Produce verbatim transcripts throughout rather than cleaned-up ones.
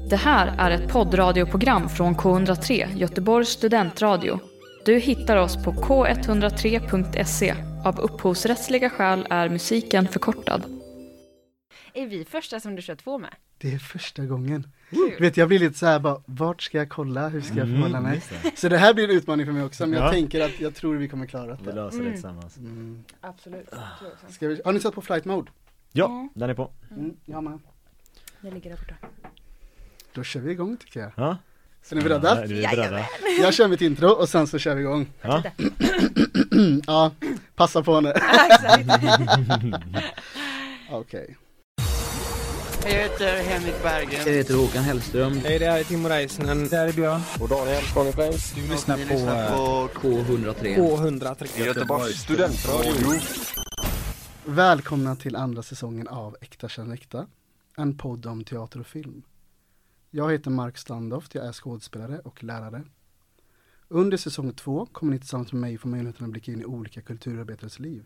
Det här är ett poddradioprogram från K hundra tre, Göteborgs studentradio. Du hittar oss på k etthundratre punkt se. Av upphovsrättsliga skäl är musiken förkortad. Är vi första som du kör två med? Det är första gången. Kul. Vet, jag blir lite så här bara, vart ska jag kolla? Hur ska jag förhålla mig? Mm, så det här blir en utmaning för mig också. Men ja. jag tänker att jag tror vi kommer klara det. Vi löser Mm. det tillsammans. Mm. Absolut. Ska vi, har ni satt på flight mode? Ja, Mm. den är på. Mm, ja, men. Jag ligger där borta. Då kör vi igång tycker jag. Ja. Så är ni beredda? Ja, vi är beredda. Jag kör mitt intro och sen så kör vi igång. Ja. Ja, passa på nu. Okej. Okay. Jag heter Henrik Bergen. Jag heter Håkan Hellström. Hej, det här är Timo Reisnen. Det här är Björn. Och Daniel Konefrens. Du lyssnar på, på K hundratre. K hundratre. Göteborgs studentradio. Välkomna till andra säsongen av Äkta känner äkta. En podd om teater och film. Jag heter Mark Standoft, jag är skådespelare och lärare. Under säsong två kommer ni tillsammans med mig få möjligheten att blicka in i olika kulturarbetares liv.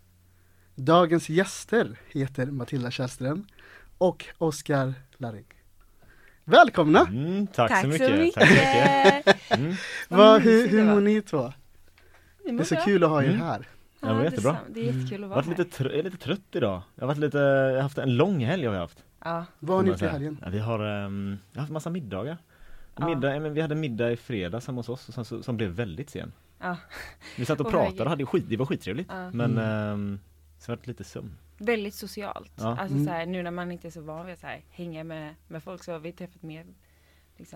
Dagens gäster heter Matilda Källström och Oskar Larring. Välkomna! Mm, tack, Tack så mycket. så mycket. Tack så mycket. Mm. Va, hur, hur mår ni två? Det är så kul att ha er Mm. här. Ja, det var jättebra. Det är jättekul att Jag vara har varit lite, tr- jag är lite trött idag. Jag har varit lite, jag har haft en lång helg har vi haft. Ja. Vad har ni Får man gjort i säga. helgen? Ja, vi har, um, jag har haft massa middagar. Ja. Middag, men vi hade middag i fredags hemma hos oss och sen, så, som blev väldigt sen. Ja. Vi satt och Åh, pratade herregud. och hade skit, det var skittrevligt. Ja. Men Mm. um, så var det lite sömn. Väldigt socialt. Ja. Alltså Mm. så här, nu när man inte är så van vid att så här, hänga med, med folk så har vi träffat mer liksom,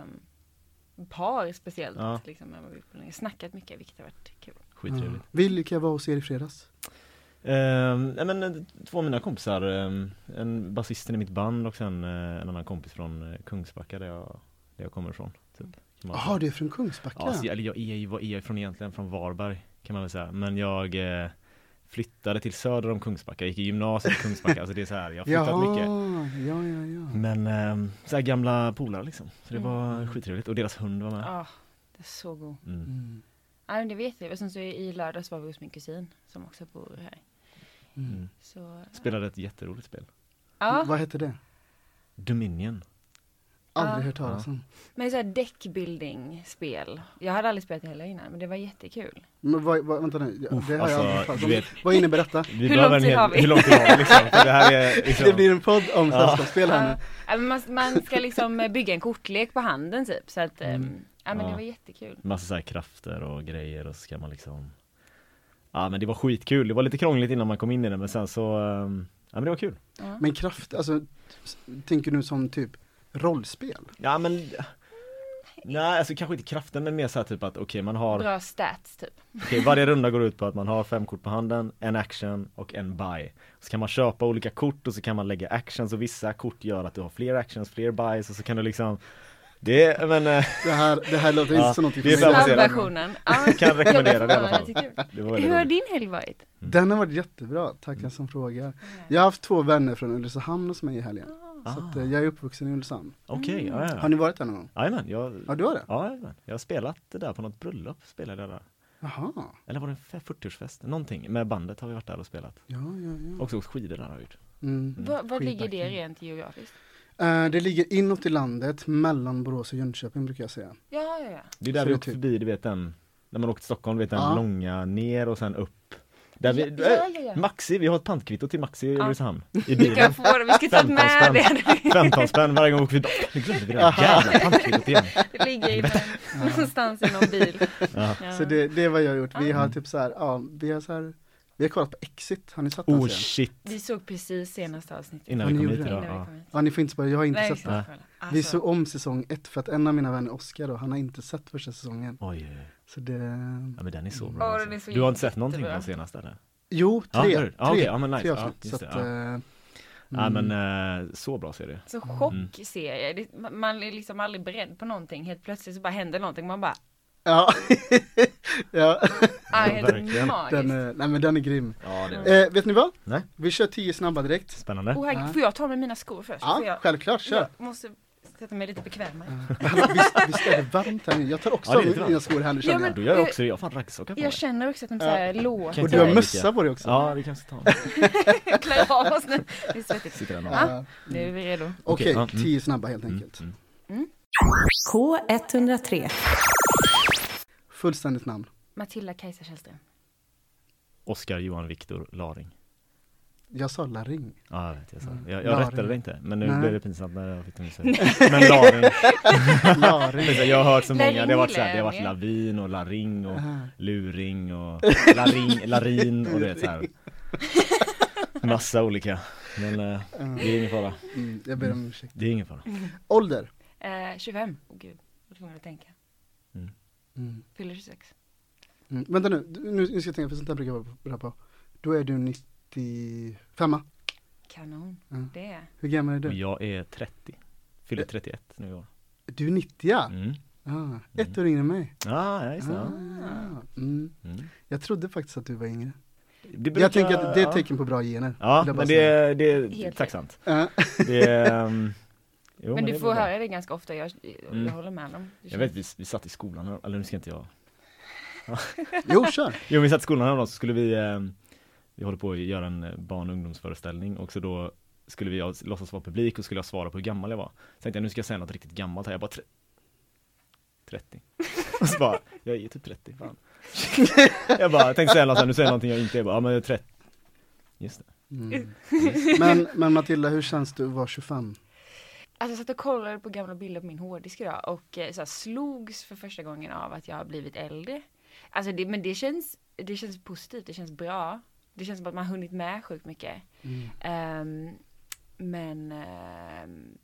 par speciellt. Ja. Liksom, än vad vi på länge. Snackat mycket, vilket har varit kul. Skittrevligt. Ja. Vilka var hos er i fredags? Um, nej, men, eh, två av mina kompisar, um, en basisten i mitt band och sen uh, en annan kompis från uh, Kungsbacka där jag, där jag kommer ifrån. Typ, kan man säga. Jaha, det är från Kungsbacka. Ja, så, eller jag är ju, vad är jag ifrån egentligen? Från Varberg kan man väl säga. Men jag eh, flyttade till söder om Kungsbacka. Jag gick i gymnasiet i Kungsbacka. Alltså det är så här, jag har flyttat Jaha, mycket. ja, ja, ja. Men eh, så här gamla polare liksom. Så det Mm. var skittrevligt. Och deras hund var med. Ja, det är så god. Mm. Mm. Ja, men det vet jag. Och sen så i lördags var vi hos min kusin som också bor här. Mm. Så, ja. Spelade ett jätteroligt spel. Ja, Vad heter det? Dominion. Aldrig Ja. hört talas om. men så här deckbuilding-spel. Jag hade aldrig spelat det heller innan, men det var jättekul. Men vad, vad, vänta nu, ja, Uff, det har alltså, jag aldrig hört talas du om. vet- Vad innebär detta? Vi Hur behöver lång en tid hel- har vi? Hur lång tid har vi liksom? För det här är liksom... Det blir en podd om Ja. sällskapsspel här nu. Ja, men man, man ska liksom bygga en kortlek på handen typ. Så att, Mm. mm. ja men Ja. det var jättekul. Massa så här krafter och grejer och så ska man liksom... Ja men det var skitkul. Det var lite krångligt innan man kom in i det men sen så... Um... Ja men det var kul. Ja. Men kraft, alltså, s- tänker du som typ rollspel? Ja men... Nej, alltså kanske inte kraften men mer så här typ att okej okay, man har... Bra stats typ. Okay, varje runda går ut på att man har fem kort på handen, en action och en buy. Så kan man köpa olika kort och så kan man lägga actions och vissa kort gör att du har fler actions, fler buys och så kan du liksom... Det, men... eh, Det här, det här låter Ja, inte som någonting det är för mig. balanserat. Snabbversionen. Ja, kan rekommendera det i alla ja, fall. det är kul. Det var väldigt Hur har roligt. din helg varit? Den har varit jättebra, tackar som frågar. Jag har haft två vänner från Ulricehamn hos mig i helgen. Så att, eh, jag är uppvuxen i Ulricehamn. Okej, ja, ja. Har ni varit där någon gång? Jajamän, jag... Ja, du har det? Ja, jajamän. Jag har spelat det där på något bröllop, spelade jag där. Jaha, Eller var det en fyrtioårsfest? Någonting. Med bandet har vi varit där och spelat. ja, ja, ja. Också åkt skidor där har jag gjort. Mm. Var, var ligger det Skidbacken. rent geografiskt? Eh, det ligger inåt i landet, mellan Borås och Jönköping brukar jag säga. Ja, ja, ja. Det är där Så vi det åkte typ- förbi, du vet den... När man åkte till Stockholm, du vet den Ja. långa ner och sen upp. Där vi... Ja, ja, ja, ja. Maxi, vi har ett pantkvitto till Maxi i Ja. Ulricehamn. I Vi bilen. kan få det, vi ska ta femton med spänn. det. femton spänn varje gång vi åker förbi. Nu glömde vi det där jävla pantkvittot igen. Det ligger i någon- någonstans i någon bil. Ja. Ja. Så det, det är vad jag har gjort. Vi Ah. har typ så här, ja, vi har så här, vi har kollat på Exit. Har ni sett den Oh serien? shit. Vi såg precis senaste avsnittet. Innan Ja, vi ni kom gjorde hit det. idag. Innan vi Ja. kom hit. Ja, ni får inte bara, jag har inte Nej, sett vi den. ska kolla. Vi Alltså, såg om säsong ett för att en av mina vänner, Oskar då, han har inte sett första säsongen. Oj, oj, oj. Så det... Ja men den är så Åh, bra den är alltså. så Du har inte sett någonting jättebra. på senaste eller? Jo, Ja, tre. det är det. Ja, tre, okej. Ja, men nice. tre Ja, avsnitt. just så det, att, ja. eh, Ja mm. men eh, så bra serie. Så chockserie. Det- man- Man är liksom aldrig beredd på någonting. Helt plötsligt så bara händer någonting. Man bara, Ja. ja. ah, helt verkligen. magiskt. Den, är, nej men den är grym. Ja, det är Eh, vet ni vad? Nej. Vi kör tio snabba direkt. spännande. Oh, herregud, får jag ta med mina skor först? Får Ja, jag, självklart, kör. jag måste sätta mig lite bekvämare. Hallå, visst, visst är det varmt här nu? Jag tar också Ja, det är av lite mina varmt. skor här nu Ja, känner men- jag. Då gör jag också det. Jag har fan raggsockar på mig. Jag känner också att de såhär låter. Kan Och inte du har jag mössa på dig också. Ja, det kanske tar. Klär av oss nu. Det är svettigt. Sitter där någon. Ja. Ja. Nu är vi redo. Okej, Okej, ja, mm. tio snabba helt Mm, enkelt. mm. Mm. K ett noll tre. Fullständigt namn. Matilda Kajsa Källström. Oskar Johan Viktor Laring. Jag sa Laring. Ja, jag vet, jag sa. Mm. Jag, jag Laring. rättade det inte, men nu Nej. blev det pinsamt när jag fick det säga. Men Laring. Laring. Jag har hört så många, Laring det har varit så här, det har varit gillar jag. Lavin och Laring och Aha. Luring och Laring, Larin och det är så här. Massa olika. Men eh, det är ingen fara. Mm, jag ber om ursäkt. Det är ingen fara. Ålder? Eh, tjugofem. Åh gud, jag var tvungen att tänka. Mm. Fyller tjugosex. Mm. Vänta nu, nu, nu ska jag tänka, för sånt där brukar jag vara bra på. Då är du nittiofem. Kanon. Mm. Det är. Hur gammal är Och du? jag är trettio. Fyller trettioett nu i år. Du är nittio, ja. Mm. Ah, ett år yngre än mig. Ja, ja, just det. Ah, Ja. mm. Mm. Jag trodde faktiskt att du var yngre. Det brukar- Jag tänker att det är ett ja. tecken på bra gener. Ja, Vill jag bara men säga. det, det är Helt tacksamt. Ja. Det är, um, jo, Men det du är får bra. höra det ganska ofta. Jag, jag Mm. håller med dem. Det Jag vet, vi, vi satt i skolan, eller nu ska inte jag. Jo, kör. Jo, vi satt i skolan och så skulle vi, eh, vi håller på att göra en eh, barn- och ungdomsföreställning och så då skulle vi ha- låtsas vara publik och skulle jag svara på hur gammal jag var. Så tänkte jag, nu ska jag säga något riktigt gammalt här. Jag bara, tre- trettio. Och så bara, jag är typ trettio, fan. Jag bara, tänkte säga något här, nu säger jag någonting jag inte är. Jag bara, ja men jag är trettio. Just det. Mm. Men, men Matilda, hur känns det att vara tjugofem? Alltså jag satt och kollade på gamla bilder på min hårddisk idag och eh, så här, slogs för första gången av att jag har blivit äldre. Alltså det, men det känns, det känns positivt, det känns bra. Det känns som att man har hunnit med sjukt mycket. Mm. Ehm, men ehm,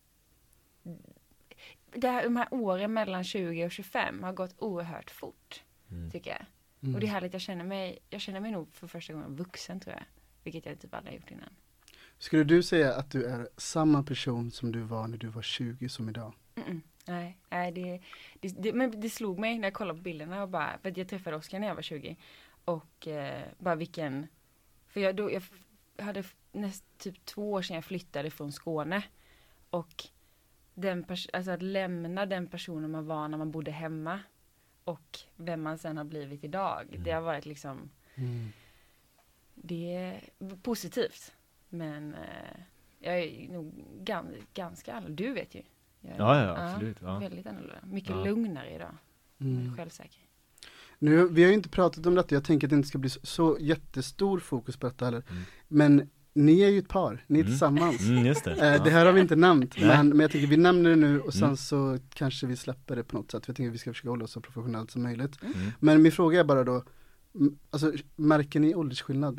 det här, de här åren mellan tjugo och tjugofem har gått oerhört fort, Mm. tycker jag. Mm. Och det är härligt, jag känner mig, jag känner mig nog för första gången vuxen, tror jag. Vilket jag typ aldrig har gjort innan. Skulle du säga att du är samma person som du var när du var tjugo som idag? Mm-mm. Nej, nej det, det, det, men det slog mig när jag kollade på bilderna och bara, för att jag träffade Oskar när jag var tjugo och eh, bara vilken, för jag, då, jag f- hade f- näst, typ två år sedan jag flyttade från Skåne och den pers- alltså att lämna den personen man var när man bodde hemma och vem man sen har blivit idag, Mm. det har varit liksom, Mm. det är positivt, men eh, jag är nog gan- ganska annorlunda, du vet ju. Jag är- Ja, ja, absolut. Ja. Väldigt annorlunda. Mycket Ja. lugnare idag. Mm. Självsäker. Nu, vi har ju inte pratat om detta, jag tänker att det inte ska bli så, så jättestor fokus på detta heller. Mm. Men ni är ju ett par, ni är Mm. tillsammans. Mm, just det. Eh, det här har vi inte nämnt, Nej. men, men jag tänker vi nämner det nu och sen Mm. så kanske vi släpper det på något sätt. Jag tänker att vi ska försöka hålla oss så professionellt som möjligt. Mm. Men min fråga är bara då, m- alltså märker ni åldersskillnad?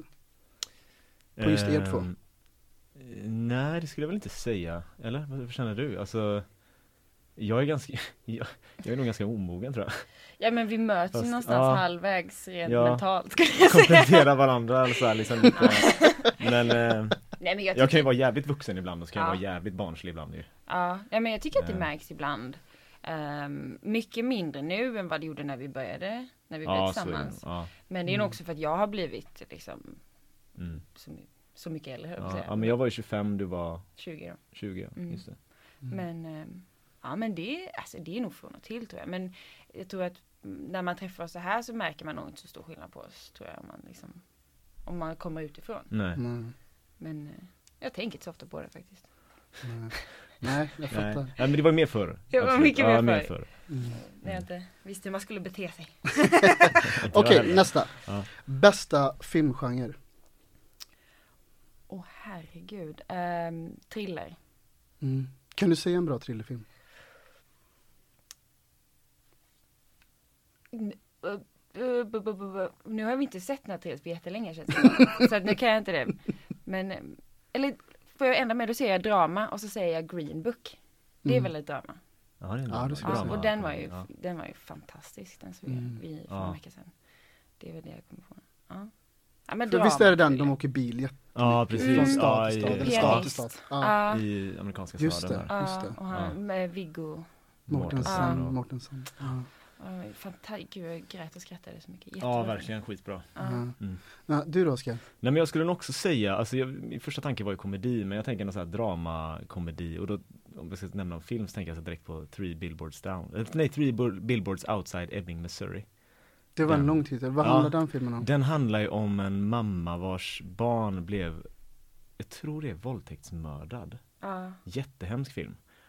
På just er två? Ehm, Nej, det skulle jag väl inte säga. Eller? Vad känner du? Alltså, jag är ganska, jag, jag är nog ganska omogen, tror jag. Ja, men vi möts Fast, ju någonstans ja. halvvägs rent Ja. mentalt, skulle jag säga. Komplettera varandra eller så här, liksom lite. Men eh, Nej, men jag, jag kan ju tycker, vara jävligt vuxen ibland och så kan jag Ja. vara jävligt barnslig ibland ju. ja, ja, men jag tycker att det Ja. märks ibland. Ehm, mycket mindre nu än vad det gjorde när vi började, när vi blev Ja, så är det. tillsammans. Ja. Men det är nog Mm. också för att jag har blivit liksom Mm. så, my- så mycket äldre, höll jag på att Ja. säga. ja, men jag var ju tjugofem, du var tjugo då. tjugo, ja. Mm. Just det. Mm. Men, ehm, ja, men det, alltså, det är nog från och till, tror jag. Men jag tror att mm, när man träffar oss så här så märker man nog inte så stor skillnad på oss, tror jag. Om man, liksom, om man kommer utifrån. Nej. Mm. Men eh, jag tänker inte så ofta på det faktiskt. Nej. Nej, jag Nej. fattar. Nej, men det var mer förr. Det var Absolut. mycket ja, mer mer förr. förr. Mm. När jag inte visste hur man skulle bete sig. Okej, Inte jag heller. nästa. Ja. Bästa filmgenre? Åh herregud. Um, thriller. Mm. Kan du säga en bra thrillerfilm? Mm, uh, uh, bu- bu- bu- bu- Nu har vi inte sett några thrillers på jättelänge, känns det som. Så att nu kan jag inte det. Men, eh, eller får jag ändra med, då säger jag drama och så säger jag Green Book. Det är Mm. väl ett drama. Ja, det är en Ja, bra- det ska bra jag Ja, säga. och den var ju, Ja. den var ju fantastisk. Den såg Mm. vi för Ja. en vecka sedan. Det är väl det jag kommer på. Ja. Ja, men För drama, visst är det den, de thriller. åker bil jätte- Ja, från precis. stad Ja, till i, stad, eller Pianist. stad till stad. Ja. Ja, i amerikanska Just staden det. där. just ja, det. och han med Viggo. Mårtensson, Ja. Mårtensson. Ja. Ja, fantastiskt. Gud, jag grät och skrattade så mycket. Ja, Jättebra. verkligen skitbra. Ja. Ja. Mm. Ja, du då, Oskar? Nej, men jag skulle nog också säga, alltså jag, min första tanke var ju komedi, men jag tänker någon sån här drama-komedi, och då, om jag ska nämna en film så tänker jag så direkt på Three Billboards Down, eh, nej, Three Bur- Billboards Outside Ebbing, Missouri. Det var en Den. lång titel. Vad Ja. handlar den filmen om? Den handlar ju om en mamma vars barn blev, jag tror det är våldtäktsmördad. Ja. Jättehemsk film.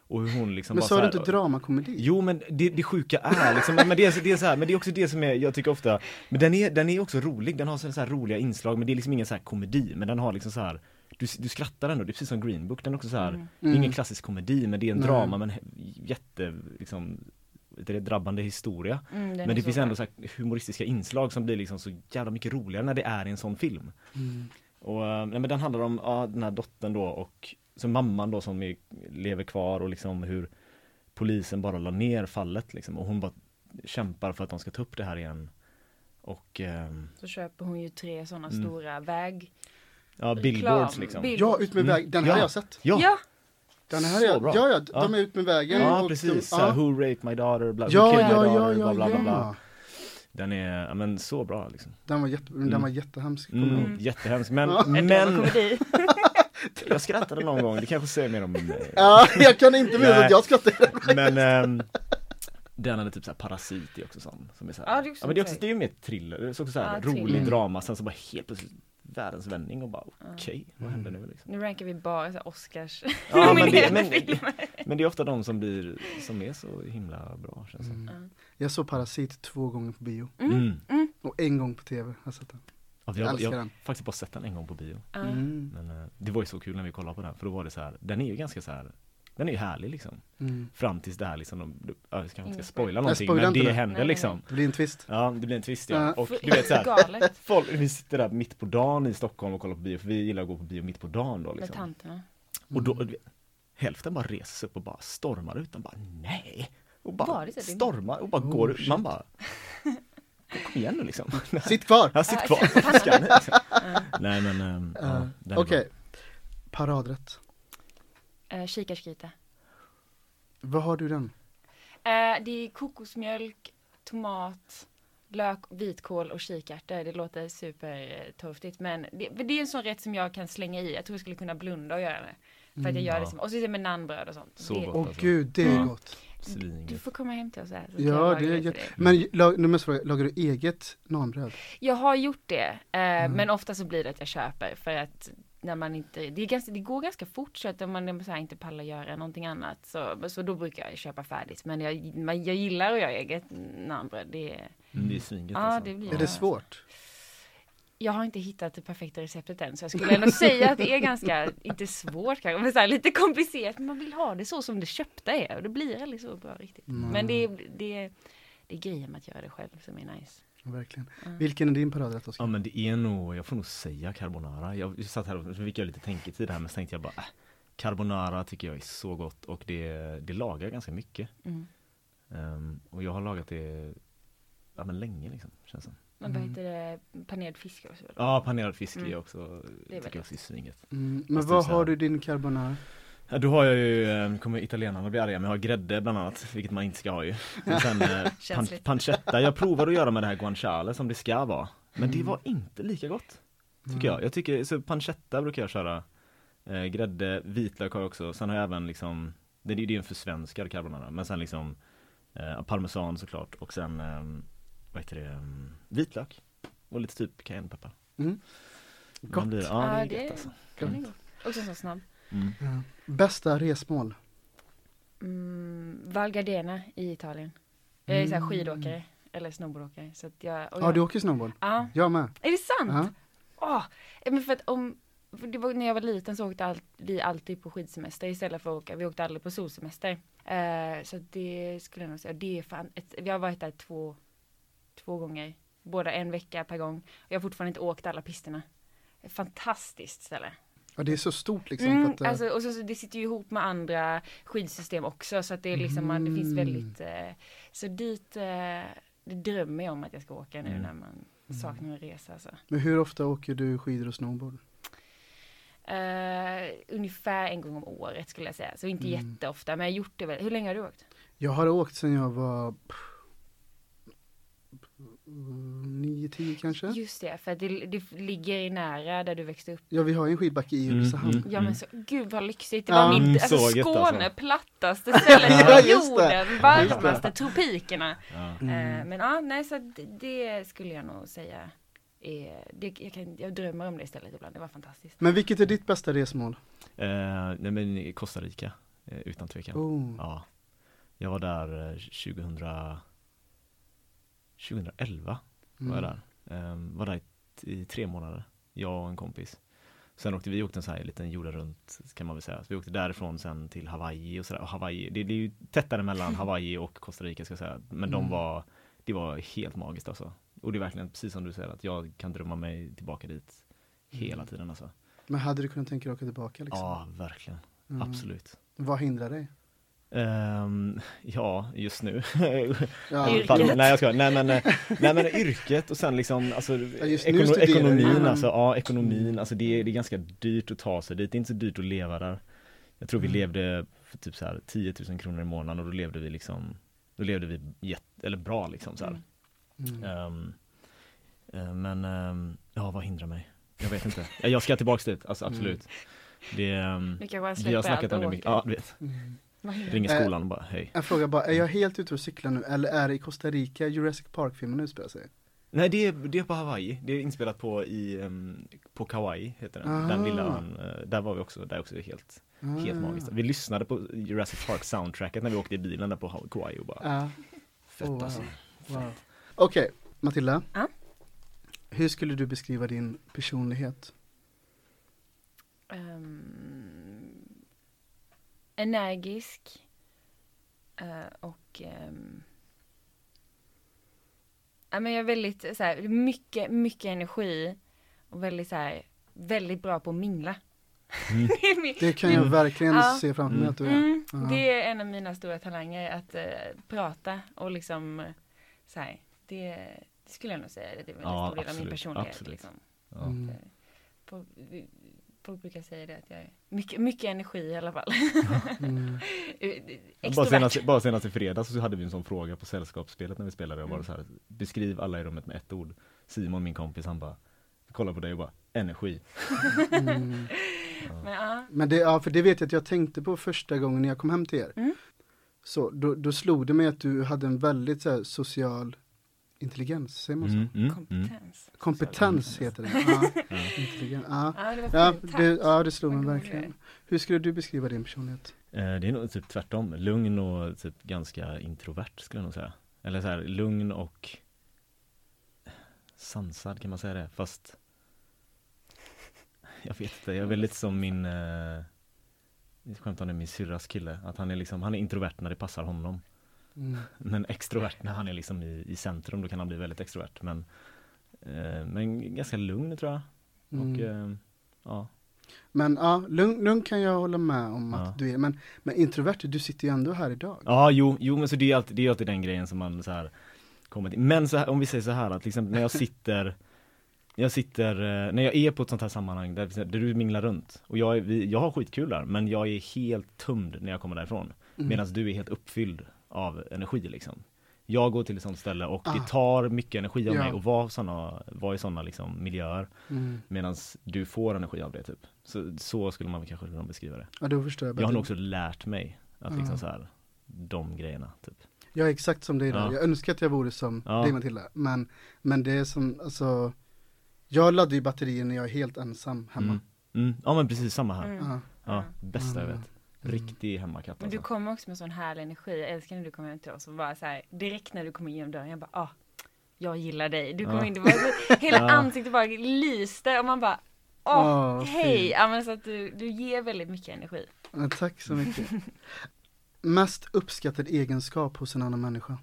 Och hur hon liksom Men bara sa så du här, inte dramakomedi? Jo, men det, det sjuka är liksom, men det är, det är så här, men det är också det som är, jag tycker ofta, men den är, den är också rolig, den har så här roliga inslag, men det är liksom ingen så här komedi, men den har liksom så här, du, du skrattar ändå, det är precis som Green Book, den är också så här, Mm. det är ingen klassisk komedi, men det är en Nej. drama, men jätte, liksom, det är drabbande historia. Mm, den är Men det så finns bra. ändå så här humoristiska inslag som blir liksom så jävla mycket roligare när det är i en sån film. Mm. Och eh, nej, men den handlar om ja, den här dottern då och så mamman då som är, lever kvar och liksom hur polisen bara la ner fallet liksom, och hon bara kämpar för att de ska ta upp det här igen. Och ehm, Så köper hon ju tre sådana Mm. stora väg. ja, billboards liksom. Bill- Ja, ut med Mm. vägen. Den här Ja. har jag sett. Ja, Ja, Den här Så är jag, bra. ja, ja, de Ja. är ut med vägen. ja och precis. De, Så här, ja. Who raped my daughter? Bla, who Ja, killed my ja, daughter? ja, ja, bla, bla, bla, bla. ja. Den är ja, men så bra liksom. Den var, jätte, den var jättehemsk. kommer jag Mm, ihåg. jättehemskt. Men, Ja. en men komedi. jag skrattade någon gång. Det kanske säger mer om mig. Ja, jag kan inte minnas Nej. att jag skrattade. Men ehm, den hade typ så här Parasit i också sån, som är så här. Ja, det är också ja, men det är också så här- det är ju mer thriller. Det är också så här Ja, rolig thriller. drama, sen så bara helt plötsligt världens vändning och bara okej, vad Mm. händer nu liksom? Nu rankar vi bara så här Oscars. Ja, men, det, nominerade men, filmer. men det är ofta de som blir som är så himla bra känns det som. Mm. Jag såg Parasit två gånger på bio. Mm. Och en gång på tv. Jag har sett den. Ja, Jag jag, älskar jag har den. faktiskt bara sett den en gång på bio. Ja. Mm. Men eh, det var ju så kul när vi kollade på den, för då var det så här, den är ju ganska så här, den är ju härlig liksom. Mm. Fram tills det här liksom, de, de, jag kanske inte Ingen ska spoila spoil. någonting, spoilar men inte det det. händer Nej, nej, liksom. Det blir en twist. Ja, det blir en twist ja. Ja. Och För- du vet så här, Galet. folk, vi sitter där mitt på dagen i Stockholm och kollar på bio, för vi gillar att gå på bio mitt på dagen då Med liksom. tanterna. Och då, du vet, hälften bara reser sig upp och bara stormar utan bara nej. Och bara Var det så? Det- stormar och bara Oh, går, shit. man bara kom igen nu liksom. Sitt kvar! Jag sitter kvar. Ska ni, liksom. Nej men, ähm, ja, Uh, den är Okej, paradrätt. Uh, Kikarskrita. Vad har du den? Uh, det är kokosmjölk, tomat, lök, vitkål och kikärtor. Det låter supertorftigt, men det, det är en sån rätt som jag kan slänga i. Jag tror jag skulle kunna blunda och göra det. För att jag gör ja. det som, och så är det med naanbröd och sånt. Så det, gott. Åh alltså. gud, det är Ja. gott. Du svingött. får komma hem till oss här. Så kan jag Ja, laga det är till gött. dig. Men lag, nu måste jag fråga, lagar du eget naanbröd? Jag har gjort det, eh, Mm. men ofta så blir det att jag köper för att när man inte, det, är ganska, det går ganska fort så att om man så här inte pallar göra någonting annat så, så då brukar jag köpa färdigt. Men jag, men jag gillar att göra eget naanbröd. Det, är- Mm, det är svingött ja, alltså. det blir Är det svårt? Jag har inte hittat det perfekta receptet än, så jag skulle ändå säga att det är ganska, inte svårt kanske, men så här, lite komplicerat. Men man vill ha det så som det köpta är och det blir aldrig så bra riktigt. Mm. Men det är, det, är, det är grejen med att göra det själv som är nice. Verkligen. Mm. Vilken är din paradrätt, Oskar? Ja men det är nog, jag får nog säga carbonara. Jag satt här och så fick jag lite tänketid här, men så tänkte jag bara äh, carbonara tycker jag är så gott och det, det lagar ganska mycket. Mm. Um, och jag har lagat det ja, men länge liksom, känns som. Men vad Mm. heter det? Panerad fisk också? Ja, panerad fisk Mm. är också, Det är tycker jag också är svinget. Mm. Men Fast det är vad så här- har du i din carbonara? Ja, då har jag ju, eh, kommer italienarna bli arga, men jag har grädde bland annat, vilket man inte ska ha ju. Och sen eh, pan, Känsligt. pancetta, jag provade att göra med det här guanciale som det ska vara. Men det Mm. var inte lika gott, tycker Mm. jag. Jag tycker, så pancetta brukar jag köra. Eh, grädde, vitlök har jag också. Sen har jag även liksom, det är ju en försvenskad carbonara, men sen liksom eh, parmesan såklart. Och sen, eh, vad heter det, um, vitlök. Och lite typ cayennepeppar. Mm. Man Gott. blir- Ja, det är Ja, gött det- alltså. Den är god. Också så snabb. Mm. Ja. Bästa resmål? Mm, Val Gardena i Italien. Jag är så här skidåkare eller snowboardåkare. Så att jag, och Ja, jag, du åker snowboard? Ja. Jag med. Är det sant? Ja. Åh, men för att om, för det var, när jag var liten så åkte all, vi alltid på skidsemester istället för att åka, vi åkte aldrig på solsemester. Eh, så det skulle jag nog säga, det är fan, ett, vi har varit där två, två gånger, båda en vecka per gång. Jag har fortfarande inte åkt alla pisterna. Fantastiskt ställe. Ja, det är så stort liksom. Mm, för att, eh, alltså, och så, så det sitter ju ihop med andra skidsystem också så att det är liksom, man, det finns Mm. väldigt, eh, så dit, eh, det drömmer jag om att jag ska åka nu Mm. när man saknar en resa alltså. Men hur ofta åker du skidor och snowboard? Uh, ungefär en gång om året skulle jag säga. Så inte Mm. jätteofta, men jag har gjort det väl. Hur länge har du åkt? Jag har åkt sedan jag var nio tio kanske. Just det, för att det, det ligger i nära där du växte upp. Ja, vi har ju en skidbacke i Mm, Ulricehamn. mm. Ja men så, gud vad lyxigt. Det Ja. var mitt, Mm, alltså så gött, Skåne, alltså. plattaste stället Ja, på just det. jorden. Just Varmaste, tropikerna. Ja. Mm. Eh, men ja, nej så det, det skulle jag nog säga. Är, det, jag, kan, jag drömmer om det istället ibland, det var fantastiskt. Men vilket är ditt bästa resmål? Eh, nej men Costa Rica. eh, utan tvekan. Oh. Ja. Jag var där eh, tjugohundra tjugohundraelva Mm. var jag där. Um, var där i, i tre månader, jag och en kompis. Sen åkte vi åkte en så här liten jorden runt, kan man väl säga. Så vi åkte därifrån sen till Hawaii och sådär. Och Hawaii, det, det är ju tättare mellan Hawaii och Costa Rica ska jag säga. Men de Mm. var, det var helt magiskt alltså. Och det är verkligen precis som du säger att jag kan drömma mig tillbaka dit hela Mm. tiden alltså. Men hade du kunnat tänka dig att åka tillbaka liksom? Ja, verkligen. Mm. Absolut. Vad hindrar dig? Um, ja, just nu. Ja. Yrket. Fan, nej jag ska, nej men, eh, nej men yrket och sen liksom alltså, Ja, just nu ekono- studerar du. ekonomin Mm. alltså, ja ekonomin, alltså det är, det är ganska dyrt att ta sig dit, det är inte så dyrt att leva där. Jag tror vi Mm. levde för typ så här tio tusen kronor i månaden och då levde vi liksom, då levde vi jätte, eller bra liksom så här. Mm. Um, uh, men um, ja, vad hindrar mig? Jag vet inte. Ja, jag ska tillbaka dit, alltså absolut. Det, um, Du kanske bara vi släpper har snackat allt om och det mycket. åker. Ja, du vet. Mm. Vad hindrar? Ringer Eh, skolan och bara, hej. Jag frågar bara, är jag helt ute och cyklar nu eller är det i Costa Rica Jurassic Park-filmen utspelar sig? Nej, det är, det är på Hawaii. Det är inspelat på i um, på Kauai heter den. Ah. Den lilla ön. Uh, där var vi också, där också helt helt Ah. magiskt. Vi lyssnade på Jurassic Park soundtracket när vi åkte i bilen där på Kauai och bara Ja. fett Oh, wow. alltså. Wow. Okej, Matilda. Ja? Hur skulle du beskriva din personlighet? Um, energisk uh, och um, ja, men jag är väldigt så här, mycket, mycket energi och väldigt så här, väldigt bra på att mingla. Mm. Det är min- Det kan jag Mm. verkligen Ja. se framför mig att du är. Mm, Ja. det är en av mina stora talanger att uh, prata och liksom uh, så här, det, det skulle jag nog säga det är en väldigt Ja, stor del av min absolut, personlighet. absolut. Liksom. Ja. Mm. Eh, Folk, vi- folk brukar säga det att jag är mycket, mycket energi i alla fall. Mm. Extrovert. Bara senast, bara senast i fredags så hade vi en sån fråga på sällskapsspelet när vi spelade och var det så här, beskriv alla i rummet med ett ord. Simon, min kompis, han bara kolla på dig och bara energi. Mm. Men, ja. Men det, ja, för det vet jag att jag tänkte på första gången när jag kom hem till er. Mm. Så då, då slog det mig att du hade en väldigt så här, social intelligens, säger man så? Mm, mm, mm. Kompetens. Kompetens heter det. Ja, Ja. intelligens. Ja. Ja, det var Ja, fint. Tack. det, ja, det slog Vad mig god verkligen. du är. Hur skulle du beskriva din personlighet? Eh, Det är nog typ tvärtom. Lugn och typ ganska introvert skulle jag nog säga. Eller så här lugn och sansad kan man säga det. Fast jag vet inte, jag är väldigt som min eh, jag skämtar om det, min syrras kille. Att han är liksom, han är introvert när det passar honom. Mm. Men extrovert när han är liksom i, i centrum, då kan han bli väldigt extrovert. Men, eh, men ganska lugn tror jag. Och Mm. eh, ja. Men ja, lugn, lugn kan jag hålla med om Ja. att du är. Men, men introvert, du sitter ju ändå här idag. Ja, jo, jo men så det är alltid, det är alltid den grejen som man så här kommer till. Men så här, om vi säger så här att liksom, när jag sitter jag sitter, eh, när jag är på ett sånt här sammanhang där, där du minglar runt och jag, är, vi, jag har skitkul där, men jag är helt tömd när jag kommer därifrån. Mm. Medan du är helt uppfylld av energi liksom. Jag går till ett sånt ställe och Ah. det tar mycket energi av Ja. mig och vara såna, vara i sådana liksom miljöer, Mm. medan du får energi av det typ. Så, så skulle man kanske kunna beskriva det. Ja, då förstår jag. Jag har bättre. nog också lärt mig att liksom Ja. så här, de grejerna typ. Jag är exakt som dig där. Ja. Jag önskar att jag vore som Ja. dig, Matilda. Men, men det är som, alltså, jag laddar ju batterier när jag är helt ensam hemma. Mm. Mm. Ja men precis, samma här. Mm. Ja. Ja, bästa jag Mm. vet. Riktig hemmakatt Men du alltså. kommer också med sån härlig energi. Jag älskar när du kommer hem till oss och bara så här, direkt när du kommer in genom dörren, jag bara, ah, jag gillar dig. Du kommer Ja. in, det var så, hela Ja. ansiktet bara lyste och man bara, åh, Åh, hej. fint. Ja, men så att du, du ger väldigt mycket energi. Ja, tack så mycket. Mest uppskattad egenskap hos en annan människa?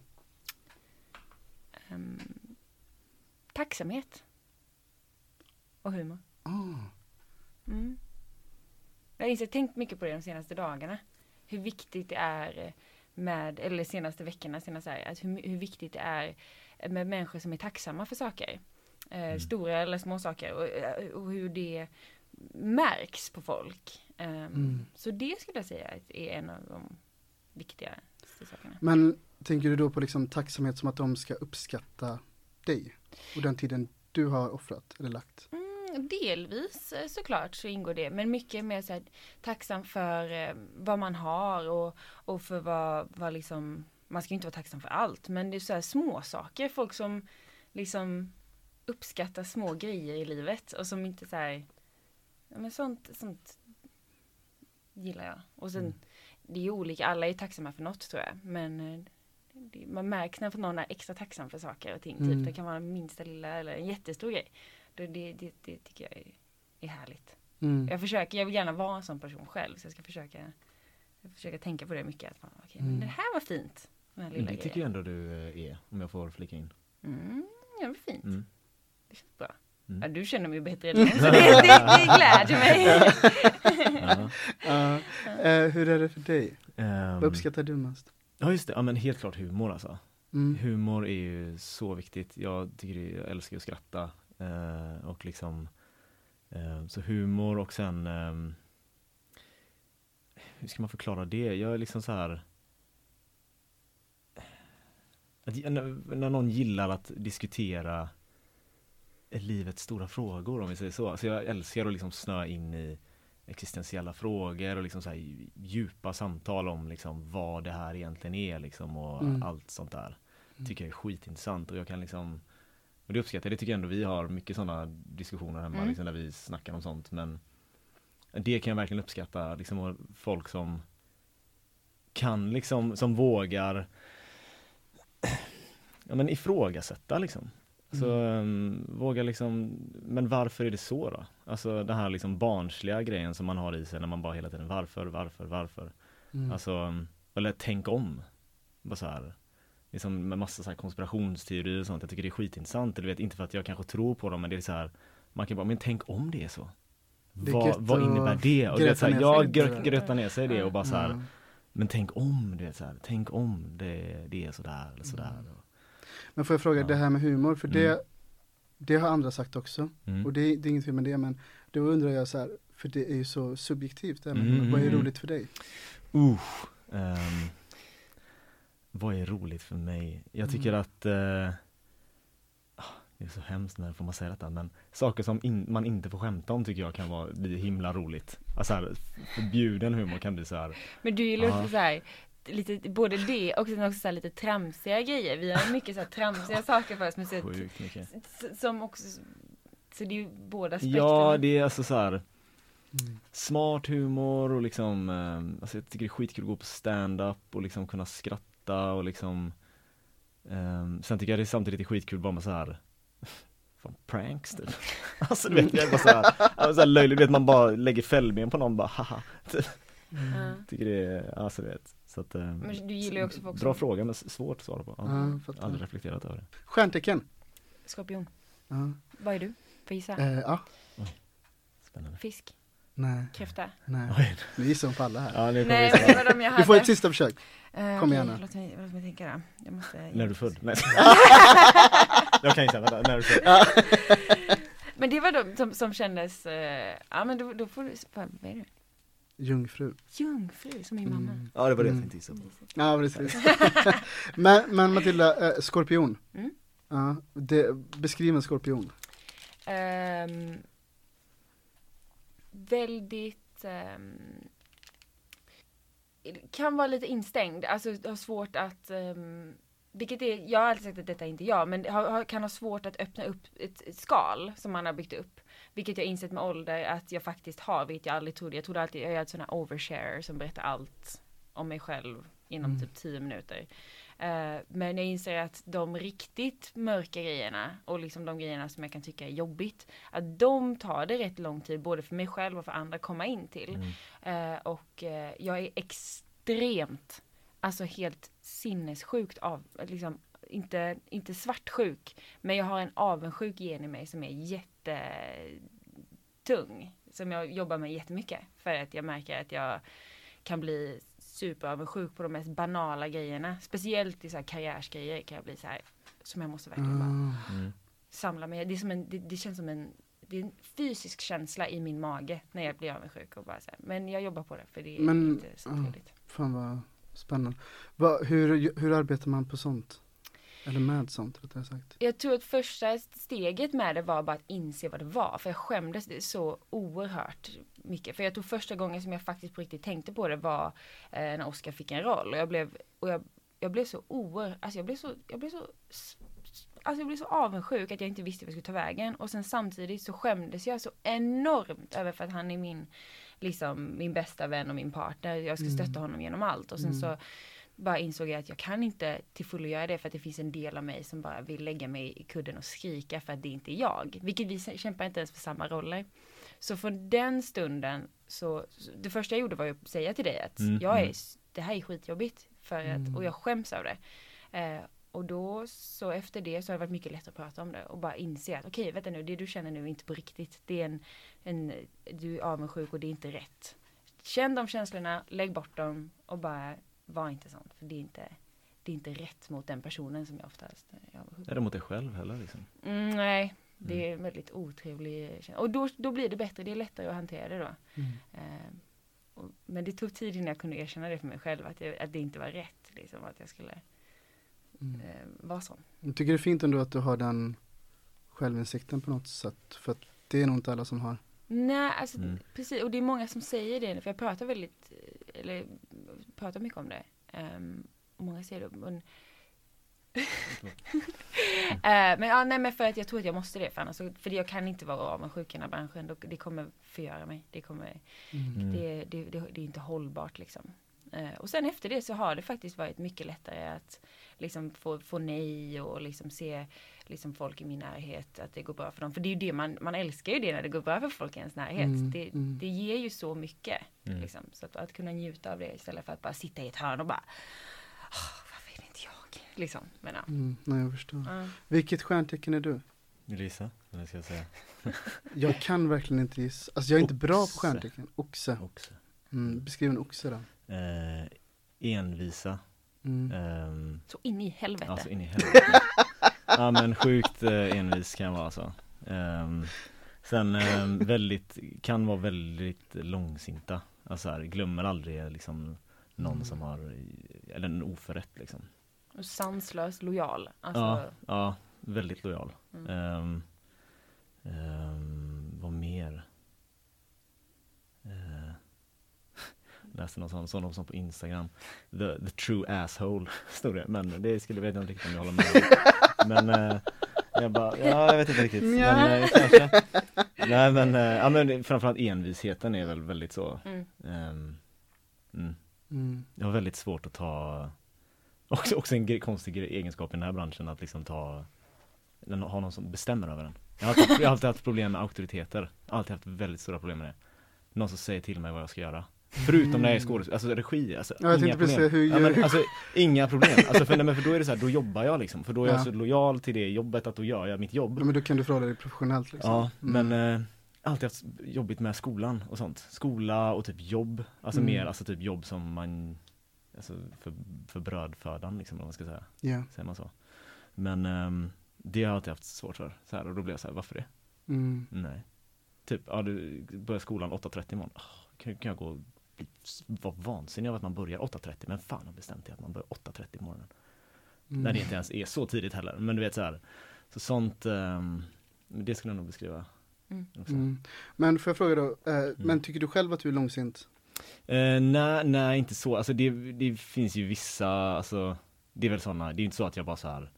Um, tacksamhet. Och humor. Oh. Mm. Jag har insett, tänkt mycket på det de senaste dagarna. Hur viktigt det är med, eller senaste veckorna, senaste här, att hur, hur viktigt det är med människor som är tacksamma för saker. Eh, Mm. Stora eller små saker. Och, och hur det märks på folk. Um, Mm. Så det skulle jag säga är en av de viktigaste sakerna. Men tänker du då på liksom tacksamhet som att de ska uppskatta dig och den tiden du har offrat eller lagt? Mm, delvis eh, såklart så ingår det, men mycket mer så här, tacksam för eh, vad man har och, och för vad, vad liksom, man ska ju inte vara tacksam för allt, men det är så här små saker, folk som liksom uppskattar små grejer i livet och som inte så här, ja, men sånt, sånt gillar jag. Och sen Mm. det är olika, alla är tacksamma för något tror jag. Men eh, det, man märker när någon är extra tacksam för saker och ting. Mm. Typ, det kan vara en minsta lilla eller en jättestor grej. Det, det, det, det tycker jag är, är härligt. Mm. Jag försöker, jag vill gärna vara en sån person själv. Så jag ska försöka, jag försöker tänka på det mycket. Att, okay, Mm. men det här var fint. Den här lilla Det tycker grejen. jag ändå du eh, är, om jag får flika in. Mm, ja, det var fint. Mm. Det känns bra. Mm. Ja, du känner mig bättre redan. Så det, det, det glädjer mig. Ja. Ja. Eh, hur är det för dig? Ehm, Vad uppskattar du mest? Ja just det, ja, men helt klart humor alltså. Mm. Humor är ju så viktigt. Jag tycker det, jag älskar att skratta. Eh, och liksom eh, så humor och sen eh, hur ska man förklara det? Jag är liksom så här att, när, när någon gillar att diskutera livets stora frågor om vi säger så. Så jag älskar att liksom snöa in i existentiella frågor och liksom så här djupa samtal om liksom vad det här egentligen är liksom och Mm. allt sånt där. Tycker jag är skitintressant och jag kan liksom och det uppskattar jag. Det tycker jag ändå vi har mycket sådana diskussioner hemma Mm. liksom, där vi snackar om sånt men det kan jag verkligen uppskatta liksom och folk som kan liksom som vågar ja men ifrågasätta liksom. Så um, våga liksom, men varför är det så då? Alltså den här liksom barnsliga grejen som man har i sig när man bara hela tiden varför, varför, varför. Mm. Alltså, um, eller tänk om. Bara så här, liksom med massa så här konspirationsteorier och sånt. Jag tycker det är skitintressant. Eller vet inte för att jag kanske tror på dem, men det är så här, man kan bara, men tänk om det är så. Det är Vad, gött vad att innebär det? Och det är gröta så här, ner jag sig. grö- grötar ner sig i det och bara så här, Ja. men tänk om, du vet så här, tänk om det, det är sådär eller sådär. Mm. Men får jag fråga Ja. det här med humor, för Mm. det, det har andra sagt också. Mm. Och det, det är inget fel med det, men då undrar jag så här, för det är ju så subjektivt. Det här med Mm, humor. Vad är mm. roligt för dig? Uh, ehm, vad är roligt för mig? Jag tycker Mm. att eh, ah, det är så hemskt när får man säga detta, men saker som in, man inte får skämta om tycker jag kan vara, bli himla roligt. Alltså här, förbjuden humor kan bli så här. Men du gillar Ja. också så här, lite, både det och sen också så här lite tramsiga grejer. Vi har mycket så här tramsiga saker för oss. Men så, Sjukt mycket. s- som också, så det är ju båda spektrum. Ja, det är alltså så här Mm. smart humor och liksom, eh, alltså jag tycker det är skitkul att gå på stand-up och liksom kunna skratta och liksom, eh, sen tycker jag det är samtidigt är skitkul bara med så här fan, pranks typ. Alltså du vet, jag är bara så här, alltså, så här löjligt, vet man bara lägger fällben på någon bara haha. Ja. Tycker det är, alltså du vet. Så att, eh, Men du gillar ju också folk bra som- fråga men s- svårt att svara på. Ja. Ja, fattar. Aldrig reflekterat över det. Stjärntecken. Skorpion. Ja. Vad är du? Får gissa? Eh, ja. Spännande. Fisk? Nej, Kräfta? nej. Oj. Nu gissar hon på alla här. Ja, nu kommer Nej, vi men det se. var de jag hade. Du får ett sista försök. Eh, kom okej, igen nu. Låt mig, låt mig tänka då. Jag måste... När är du född? Nej. Jag kan inte säga, vänta, när är du född? Men det var de som, som kändes, eh, ja men då, då får du, vad vad är det? Jungfru. Jungfru, som min mamma. Mm. Ja, det var det jag Mm. tänkte gissa på. Ja, precis. men, men Matilda, eh, skorpion. Mm. Ja, det, beskriv en skorpion. Ehm, väldigt ehm, kan vara lite instängd, alltså har svårt att um, vilket är, jag har alltid sagt att detta är inte jag, men har, har, kan ha svårt att öppna upp ett, ett skal som man har byggt upp, vilket jag insett med ålder att jag faktiskt har, vilket jag aldrig trodde. Jag trodde alltid, jag är ett sån här overshare som berättar allt om mig själv inom Mm. typ tio minuter. Uh, men jag inser att de riktigt mörka grejerna och liksom de grejerna som jag kan tycka är jobbigt, att de tar det rätt lång tid både för mig själv och för andra att komma in till. Mm. Uh, och uh, jag är extremt, alltså helt sinnessjukt av, liksom inte, inte svartsjuk, men jag har en avundsjuk gen i mig som är jättetung, som jag jobbar med jättemycket, för att jag märker att jag kan bli superavundsjuk på de mest banala grejerna. Speciellt i så här karriärsgrejer kan jag bli så här, som jag måste verkligen bara Ah. Mm. samla mig. Det, är som en, det, det känns som en, det är en fysisk känsla i min mage när jag blir avundsjuk. Och bara så här. Men jag jobbar på det, för det är Men, inte så ja. trevligt. Fan vad spännande. Va, hur, hur arbetar man på sånt? Eller med sånt, rättare jag sagt. Jag tror att första steget med det var bara att inse vad det var. För jag skämdes det så oerhört mycket. För jag tror första gången som jag faktiskt på riktigt tänkte på det var eh, när Oscar fick en roll. Och jag blev, och jag, jag blev så oerhört, alltså jag blev så, jag blev så s- alltså jag blev så avundsjuk att jag inte visste vad jag skulle ta vägen. Och sen samtidigt så skämdes jag så enormt över för att han är min, liksom, min bästa vän och min partner. Jag ska stötta honom genom allt. Och sen mm. så bara insåg jag att jag kan inte till fullo göra det för att det finns en del av mig som bara vill lägga mig i kudden och skrika för att det inte är jag. Vilket vi kämpar inte ens för samma roller. Så från den stunden så, det första jag gjorde var att säga till dig att mm. jag är, det här är skitjobbigt för att, mm. och jag skäms över det. Eh, och då så efter det så har det varit mycket lättare att prata om det och bara inse att okej, okay, vänta nu, det du känner nu är inte på riktigt. Det är en, en, du är avundsjuk och det är inte rätt. Känn de känslorna, lägg bort dem och bara var inte sånt. För det är inte, det är inte rätt mot den personen som jag oftast är avundsjuk. Är det mot dig själv heller liksom? Mm, nej, det är en väldigt otrevlig känsla. Och då, då blir det bättre, det är lättare att hantera det då. Mm. Eh, och, men det tog tid innan jag kunde erkänna det för mig själv. Att, jag, att det inte var rätt, liksom, att jag skulle mm. eh, vara sån. Jag tycker det är fint ändå att du har den självinsikten på något sätt. För att det är nog inte alla som har. Nej, alltså mm. precis. Och det är många som säger det. För jag pratar väldigt, eller pratar mycket om det. Um, och många säger det. Men, uh, men, ja, nej, men för att jag tror att jag måste det. För, annars, för jag kan inte vara avundsjuk i den här branschen. Då, det kommer förgöra mig. Det, kommer, mm. det, det, det, det är inte hållbart liksom. Uh, och sen efter det så har det faktiskt varit mycket lättare att liksom få, få nej och liksom se liksom folk i min närhet att det går bra för dem. För det är ju det man, man älskar ju det när det går bra för folk i ens närhet. Mm, det, mm. det ger ju så mycket. Mm. Liksom. Så att, att kunna njuta av det istället för att bara sitta i ett hörn och bara varför är det inte jag? Liksom. Men, ja. mm, nej, jag förstår. Mm. Vilket stjärntecken är du? Gissa, vad ska jag säga? Jag kan verkligen inte gissa. Alltså jag är inte bra på stjärntecken. Oxe. Oxe. Mm, beskriv en oxe då. Eh, envisa. Mm. Um, så in i helvete. Alltså in i helvete. Ja men sjukt eh, envis kan vara alltså. Um, sen um, väldigt, kan vara väldigt långsinta. Alltså här, glömmer aldrig liksom någon mm. som har, eller en oförrätt liksom. Och sanslös, lojal. Alltså... Ja, ja, väldigt lojal. Mm. Um, um, vad mer? Uh, läste någon sån, sån som på Instagram. The, the true asshole stod det. Men det skulle jag veta inte riktigt om jag håller med. Men uh, jag bara, ja jag vet inte riktigt. Men uh, kanske. Nej men, uh, ja, men framförallt envisheten är väl väldigt så. Mm. Um, mm. Mm. Jag har väldigt svårt att ta, också, också en gre- konstig gre- egenskap i den här branschen att liksom ta, ha någon som bestämmer över den. Jag har alltid, jag har alltid haft problem med auktoriteter. Jag har alltid haft väldigt stora problem med det. Någon som säger till mig vad jag ska göra. Förutom mm. när jag är skådespelare, alltså regi, alltså, jag inga problem. Hur ja, men, alltså, inga problem. Alltså, för, men, för då är det så här, då jobbar jag liksom. För då är ja. jag så lojal till det jobbet att då gör jag mitt jobb. Ja, men då kan du förhålla dig professionellt liksom. Ja, mm. men eh, alltid haft jobbigt med skolan och sånt. Skola och typ jobb. Alltså mm. mer, alltså typ jobb som man, alltså för, för brödfödan liksom, om man ska säga. Yeah. Säger man så. Men eh, det har jag alltid haft svårt för. Så här, och då blir jag så här, varför det? Mm. Nej. Typ, ja du börjar skolan åtta trettio imorgon. Oh, kan, kan jag gå var vansinnig av att man börjar åtta trettio, men fan har bestämt det att man börjar åtta trettio på morgonen. Mm. När det inte ens är så tidigt heller. Men du vet så här, så sånt um, det skulle jag nog beskriva. Mm. Mm. Men får jag fråga då, eh, mm. men tycker du själv att du är långsint? Eh, nej, nej, inte så. Alltså det, det finns ju vissa, alltså det är väl sådana, det är inte så att jag bara så här.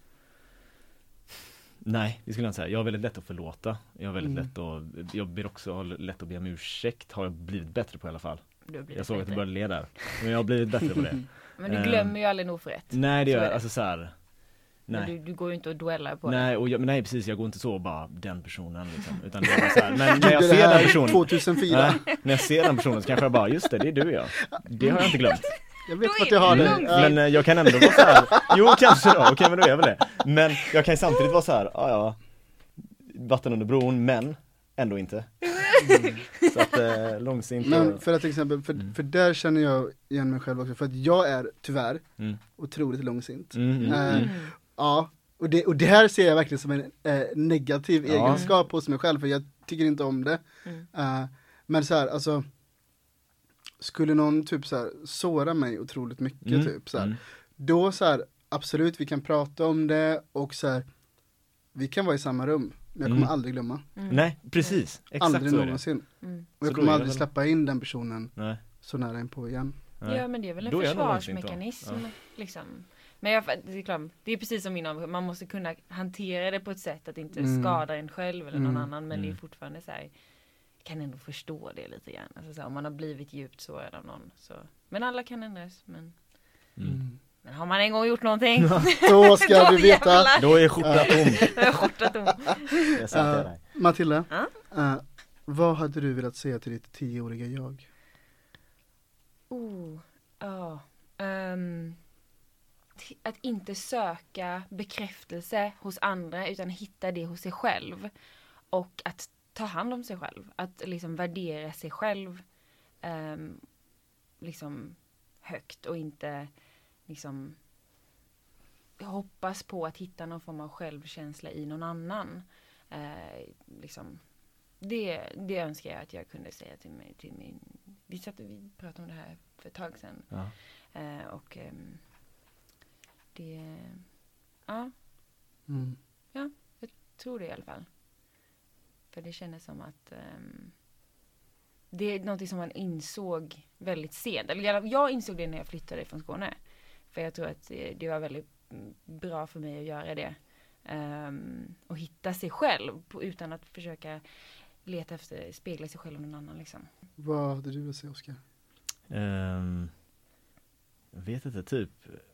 Nej, det skulle jag inte säga. Jag har väldigt lätt att förlåta. Jag har väldigt mm. lätt att, jag ber också lätt att be om ursäkt. Har jag blivit bättre på i alla fall. Jag såg att det började le där. Men jag har blivit bättre på det. Men du glömmer um, ju aldrig nog för rätt. Nej, det gör jag. Alltså så här. Nej. Du, du går ju inte och duellar på nej, det. Och jag, nej, precis. Jag går inte så bara den personen liksom. Utan det är så här. Men när jag ser den personen. tjugohundrafyra Nej, när jag ser den personen så kanske jag bara, just det, det är du ja. Det har jag inte glömt. Jag vet vart jag har det. Men äh, jag kan ändå vara så här. Jo, kanske då. Okej, men då är väl det. Men jag kan samtidigt vara så här. Ja, ja. Vatten under bron, men ändå inte. Mm. Så att eh, långsint. Men för att till exempel, för, mm. för där känner jag igen mig själv också. För att jag är tyvärr mm. otroligt långsint. Mm, mm, eh, mm. Ja, och det, och det här ser jag verkligen som en eh, negativ ja. egenskap hos mig själv. För jag tycker inte om det. Mm. Eh, men så här, alltså skulle någon typ så här såra mig otroligt mycket mm. typ så här. Mm. Då så här, absolut vi kan prata om det och så här, vi kan vara i samma rum. Men jag kommer mm. aldrig glömma. Mm. Nej, precis. Exakt aldrig så är någonsin. Mm. Och jag kommer aldrig väl... släppa in den personen Nej. så nära in på igen. Nej. Ja, men det är väl en Då är jag nog långsamt, försvarsmekanism. ja. Liksom. Men jag, det är klart, det är precis som inom, man måste kunna hantera det på ett sätt att inte Mm. skada en själv eller någon Mm. annan. Men det är Mm. fortfarande så här, jag kan ändå förstå det lite grann. Alltså så här, om man har blivit djupt sårad av någon. Så. Men alla kan ändras. Men, Mm. men har man en gång gjort någonting. Då ska Då du veta. jävlar. Då är skjortan tom. Då är skjortan tom. Jag sa till Uh, dig. Matilda, Ja? uh, vad hade du velat säga till ditt tioåriga jag? Oh, ja. Ehm, t- att inte söka bekräftelse hos andra utan hitta det hos sig själv. Och att ta hand om sig själv. Att liksom värdera sig själv ehm, liksom högt och inte liksom hoppas på att hitta någon form av självkänsla i någon annan. Eh, liksom det, det önskar jag att jag kunde säga till mig, till min, vi satt och vi pratade om det här för ett tag sedan. Ja. Eh, och ehm, det, ja, Mm. tror det i alla fall. För det kändes som att ehm, det är något som man insåg väldigt sent. Eller jag, jag insåg det när jag flyttade från Skåne. För jag tror att det, det var väldigt mm, bra för mig att göra det. Ehm, och hitta sig själv på, utan att försöka leta efter, spegla sig själv och någon annan liksom. Vad hade du velat säga, Oskar? Ehm, jag vet inte, typ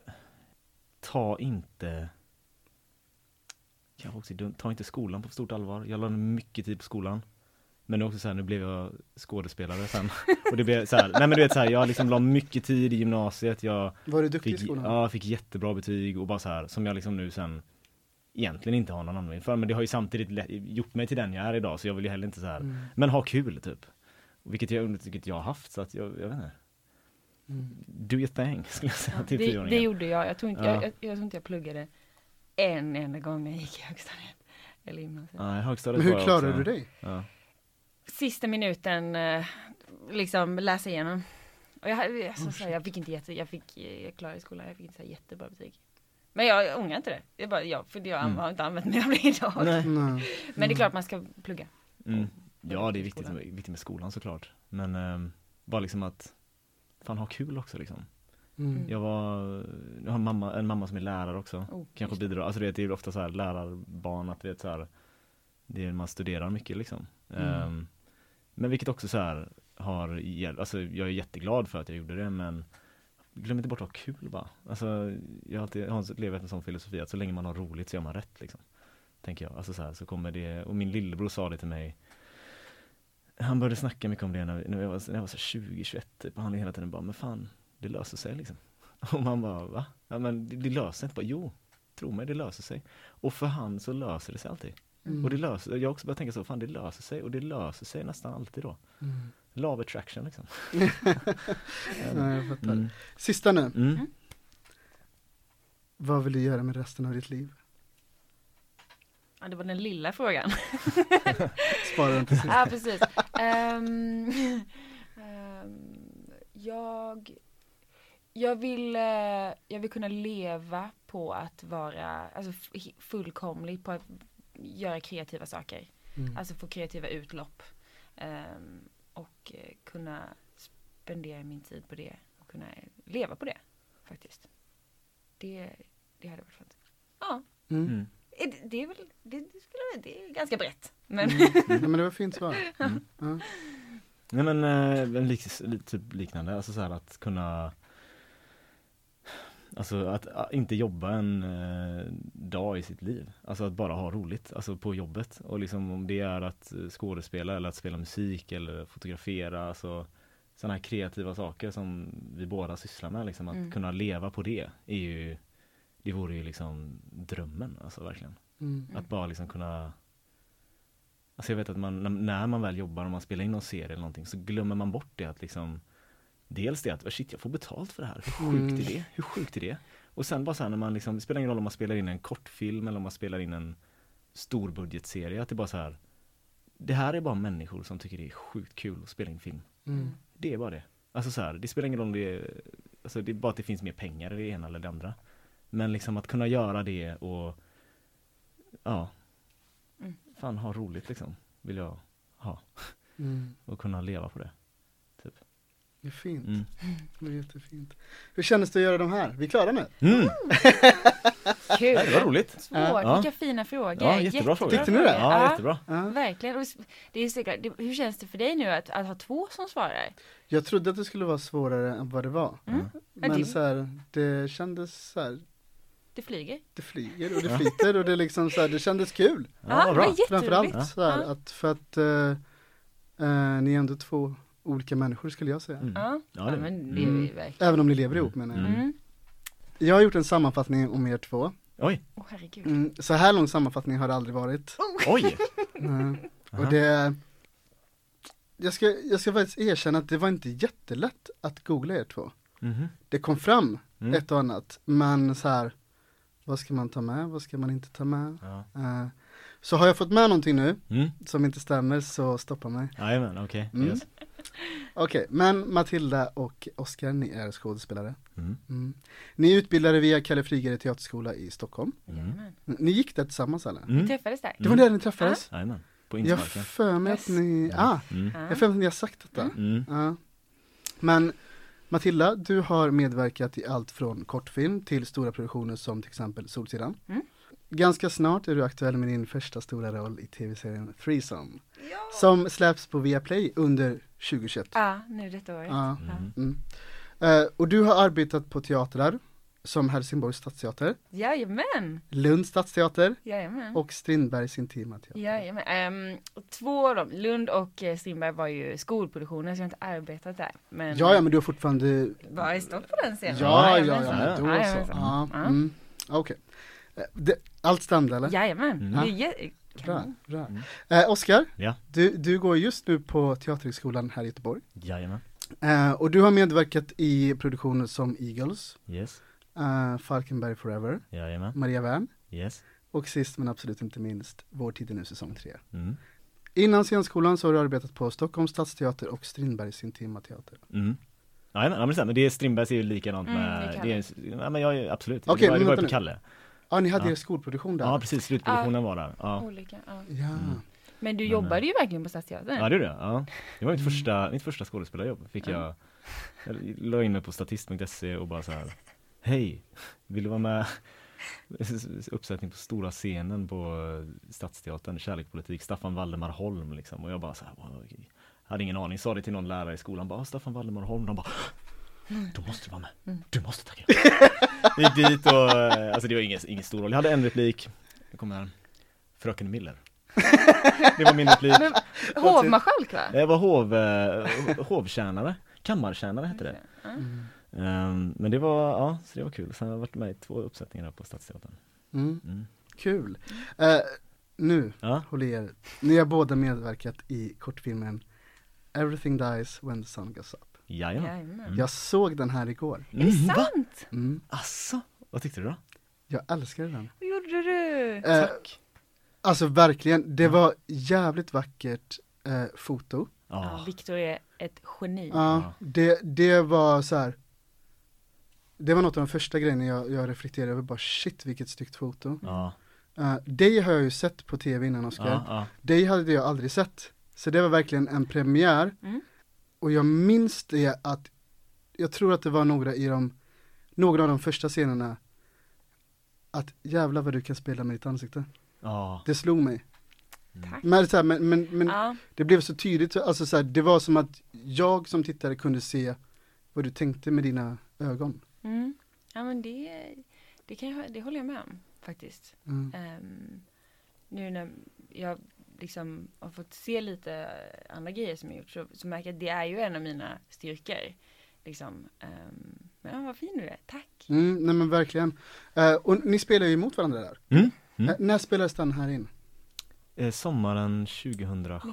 ta inte kanske också dumt, ta inte skolan på stort allvar. Jag la mycket tid på skolan. Men också så här, nu blev jag skådespelare sen. Och det blev så här, nej men du vet så här, jag liksom la mycket tid i gymnasiet. Jag Var du duktig fick, i skolan? ja, fick jättebra betyg och bara så här, som jag liksom nu sen egentligen inte har någon användning för. Men det har ju samtidigt lä- gjort mig till den jag är idag, så jag vill ju heller inte så här, Mm. men ha kul typ. Och vilket jag, vilket jag har haft, så att jag, jag vet inte. Mm. Do your thing, skulle jag säga Ja, till det, det tioåringar. gjorde jag. Jag tror, inte, Ja. jag, jag, jag tror inte jag pluggade en enda gång när jag gick i högstadiet. Eller gymnasiet. Ja, i högstadiet Men hur var jag klarade också- du dig? Ja. Sista minuten eh, liksom läsa igenom. Och jag, hade- alltså, så här, jag fick inte jätte, jag fick, jag klarade skolan, jag fick inte så här jättebra betyg. Men jag ångrar inte det. Det är bara jag, för jag Mm. har inte använt mig av det idag. Nej. Nej. Men det är klart man ska plugga. Mm. Ja, det är viktigt, Skolan. viktigt med skolan såklart. Men ehm, bara liksom att fan ha kul också liksom. Mm. Jag var, jag har en mamma, en mamma som är lärare också. Oh, Kanske just det. bidrar, alltså det är- det är ofta så här lärarbarn att det är så här, det är, man studerar mycket liksom. Mm. Ehm, men vilket också så här har hjälpt, alltså jag är jätteglad för att jag gjorde det, men glöm inte bort att ha kul bara. Alltså jag har alltid, jag har levat en sån filosofi att så länge man har roligt så gör man rätt liksom. Tänker jag, alltså så här, så kommer det, och min lillebror sa det till mig. Han började snacka mycket om det när, när jag var, när jag var så tjugo tjugoett typ, och han hela tiden bara, men fan, det löser sig liksom. Och man bara, va? Ja men det, det löser inte, bara, jo, tro mig, det löser sig. Och för han så löser det sig alltid. Mm. Och det löser, jag har också börjat tänka så, fan det löser sig, och det löser sig nästan alltid då. Mm. Love attraction liksom. Ja, jag fattar. Mm. Sista nu. Mm. Vad vill du göra med resten av ditt liv? Ja, det var den lilla frågan. Spara den till sist. Ja, precis. Ehm, ehm, jag, jag, vill, eh, jag vill kunna leva på att vara alltså, f- fullkomlig på att göra kreativa saker. Mm. Alltså få kreativa utlopp. Ehm, och eh, kunna spendera min tid på det. Och kunna leva på det, faktiskt. Det, det hade varit fint. Ja, Mm. Mm. det, det är väl, det, det, skulle, det är ganska brett. Men Mm. Ja, men det var fint svar. Mm. Ja. Nej men eh, en lik, li- typ liknande, alltså så här att kunna, alltså att ah, inte jobba en eh, dag i sitt liv, alltså att bara ha roligt, alltså på jobbet, och liksom om det är att eh, skådespela eller att spela musik eller fotografera, alltså sådana här kreativa saker som vi båda sysslar med, liksom att Mm. kunna leva på det är ju, det vore ju liksom drömmen, alltså verkligen. Mm. Att bara liksom kunna, alltså jag vet att man, när- när man väl jobbar och man spelar in någon serie eller någonting, så glömmer man bort det att liksom, dels det att shit, jag får betalt för det här, hur sjukt Mm. är det? Hur sjukt är det? Och sen bara så här när man liksom, det spelar ingen roll om man spelar in en kortfilm eller om man spelar in en storbudgetserie, att det bara så här, det här är bara människor som tycker det är sjukt kul att spela in film. Mm. Det är bara det. Alltså så här, det spelar ingen roll om det är, alltså det är bara att det finns mer pengar i det ena eller det andra. Men liksom att kunna göra det och ja, Mm. fan ha roligt liksom, vill jag ha. Mm. Och kunna leva på det. Det är fint. Mm. Det är jättefint. Hur kändes det att göra de här? Vi är klara nu. Mm. Kul. Det var roligt. Svårt, Ja. vilka fina frågor. Ja, jättebra frågor. Tyckte ni det? Ja, jättebra. Ja. Verkligen. Och det är säkert, det, hur känns det för dig nu att, att ha två som svarar? Jag trodde att det skulle vara svårare än vad det var. Mm. Men det- så här, det kändes så här, Det flyger. det flyger och det flyter och det liksom så här, det kändes kul. Ja, Ja, vad det bra. var jätteroligt. Framförallt så här, Ja. att för att eh, eh, ni är ändå två olika människor skulle jag säga. Mm. Ja, Ja, ja, det- men det är Mm. vi verkligen. Även om ni lever ihop menar jag. Mm. Mm. Jag har gjort en sammanfattning om er två. Oj, Åh herregud. Mm, så här lång sammanfattning har det aldrig varit. oj. Mm. Aha. Och det jag ska, jag ska faktiskt erkänna att det var inte jättelätt att googla er två. Mhm. Det kom fram Mm. ett och annat, men så här, vad ska man ta med, vad ska man inte ta med? Ja. Eh, så har jag fått med någonting nu Mm. som inte stämmer så stoppa mig. Jajamän, okej. Mm. Yes. Okej, men Matilda och Oskar, ni är skådespelare. Mm. Mm. Ni är utbildade via Kalle Frigare teaterskola i Stockholm. Mm. Jajamän. Ni gick där tillsammans eller? Vi Mm. träffades där. Det var där ni träffades? Jajamän, på Jag Insparken. för mig att ni, ah, Mm. Ja. jag för mig att ni har sagt detta. Mm. Ja. Men Matilda, du har medverkat i allt från kortfilm till stora produktioner som till exempel Solsidan. Mm. Ganska snart är du aktuell med din första stora roll i tv-serien Threesome. Som släpps på Viaplay under tjugohundratjugoett. Ja, nu detta året. Ja. Mm. Mm. Eh, och du har arbetat på teatrar som Helsingborgs stadsteater, Jajamän. Lunds stadsteater Jajamän. och Strindbergs intima teater. Jajamän. Ehm, två av dem, Lund och eh, Strindberg var ju skolproduktioner så jag har inte arbetat där. Men Ja, ja, men du har fortfarande vad är stått på den scenen? Ja, ja, Jajamensan. ja, men då så. Jajamensan. Ja, Ja. mm. Okej. Eh, det- Allt stämde eller? Jajamän. Mm. Det är jä- Bra, kanon. bra. Mm. Eh, Oskar, Ja, du, du går just nu på Teaterhögskolan här i Göteborg. jajamän. Eh, och du har medverkat i produktioner som Eagles, Yes, eh, Falkenberg Forever, jajamän. Maria Wern Yes. och sist men absolut inte minst Vår tid är nu säsong tre. Mm. Innan scenskolan så har du arbetat på Stockholms stadsteater och Strindbergs intima teater. Mm. Jajamän, ja, men det stämmer. Det är Strindbergs är ju likadant Mm, med, det är det är, nej men jag är absolut, Okej, det var, men det var vänta på nu. Kalle. Ja, ni hade Ja. er skolproduktion där. Ja precis, slutproduktionen var där. Ja, Olika, ja. Ja. Mm. Men du Men, jobbade ju verkligen på Stadsteatern. ja det gjorde jag. Ja. Det var mitt första, mitt första skådespelarjobb. Fick jag, jag la in mig på statist punkt se och bara så här: hej, vill du vara med? Uppsättning på stora scenen på Stadsteatern, kärlekspolitik, Staffan Valdemar Holm liksom. Och jag bara så här, "Wow, okej." Hade ingen aning, sa det till någon lärare i skolan, bara Staffan Valdemar Holm, de bara du måste vara med, du måste tacka. Gick dit och, alltså det var ingen, ingen stor roll. Jag hade en replik, jag kommer här, Fröken Miller. Det var min replik. Men hovmarskalk va? Jag var hov, eh, hovtjänare, kammartjänare hette det. Ja. Mm. Um, men det var, ja, så det var kul. Sen har jag varit med i två uppsättningar på Stadsteatern. Mm. Mm. Kul. Eh, nu, Ja. håll i er. Ni har båda medverkat i kortfilmen Everything Dies When the Sun Goes Up. Jajamän. Jajamän. Mm. Jag såg den här igår. Är det sant? Mm. Asså, vad tyckte du då? Jag älskade den. Vad gjorde du? Eh, alltså verkligen, det var jävligt vackert eh, foto. Ja, Ja. Victor är ett geni. Ja, det, det var så här. Det var något av de första grejerna jag, jag reflekterade över. Bara shit vilket snyggt foto. Ja. Uh, dig har jag ju sett på tv innan Oskar. Ja, ja. Dig hade jag aldrig sett. Så det var verkligen en premiär. Mm. Och jag minns det att jag tror att det var några i de några av de första scenerna att jävlar vad du kan spela med ditt ansikte. Ja. Det slog mig. Tack. Men, så här, men, men, men Ja. det blev så tydligt, alltså så här, det var som att jag som tittare kunde se vad du tänkte med dina ögon. Mm. Ja men det, det, kan jag, det håller jag med om faktiskt. Mm. Ehm, nu när jag liksom har fått se lite andra grejer som jag gjort så, så märker jag att det är ju en av mina styrkor. Liksom. Ehm, men ja, vad fin du är, tack. Mm, nej men verkligen. Eh, och ni spelar ju emot varandra där. Mm. Mm. Eh, när spelades den här in? Eh, sommaren tjugohundraarton.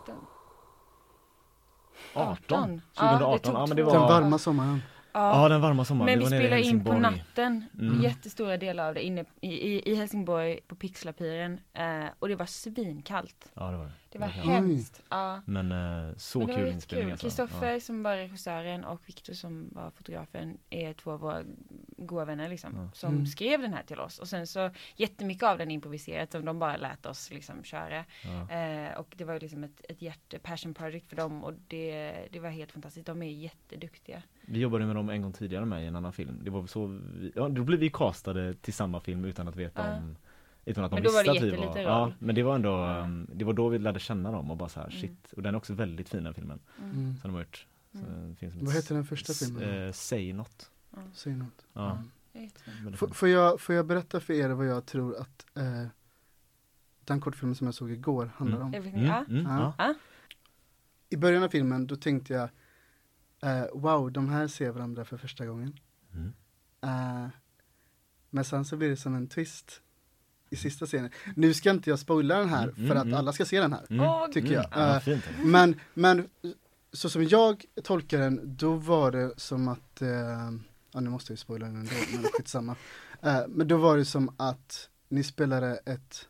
arton. tjugohundraarton, Ja, det tog ja men det två var... Den varma sommaren. Ja. Ja, den varma sommaren. Men det vi var nere i spelar in på Helsingborg. natten, Mm. jättestora delar av det inne i, i, i Helsingborg på Pixlapiren eh, och det var svinkallt. Ja, det var det. Det var Verkligen. hemskt. Ja. Men eh, så Men det var kul inspelning jättekul. alltså. Kristoffer som var regissören och Victor som var fotografen är två av våra goda vänner liksom, Ja. som Mm. skrev den här till oss. Och sen så jättemycket av den improviserat som de bara lät oss liksom köra. Ja. Eh, och det var ju liksom ett, ett hjärte passion project för dem och det, det var helt fantastiskt. De är jätteduktiga. Vi jobbade med dem en gång tidigare med i en annan film. Det var så vi, ja, då blev vi castade till samma film utan att veta Ja. om utan att de Men då var visste det att vi jättelite var. roll. Ja, men det var ändå Ja. um, det var då vi lärde känna dem och bara så här Mm. shit. Och den är också väldigt fin den filmen Mm. som de har gjort. Så Mm. det finns Vad heter den första filmen? Eh, Säg något. Ja. Säg något. Ja. Mm. Det är jättefint. Väldigt F- fin. får, jag, får jag berätta för er vad jag tror att eh, den kortfilmen som jag såg igår handlar om? Jag vet inte, Mm, ja. mm, Ja. ja. I början av filmen då tänkte jag eh, wow, de här ser varandra för första gången. Mm. Eh, men sen så blir det som en twist i sista scenen. Nu ska inte jag spoila den här Mm, för att mm. alla ska se den här, Mm. Åh, tycker Mm. jag. Ja, Eh, fint. men, men så som jag tolkar den, då var det som att, eh, ja nu måste jag ju spoila den ändå, men skitsamma. Eh, men då var det som att ni spelade ett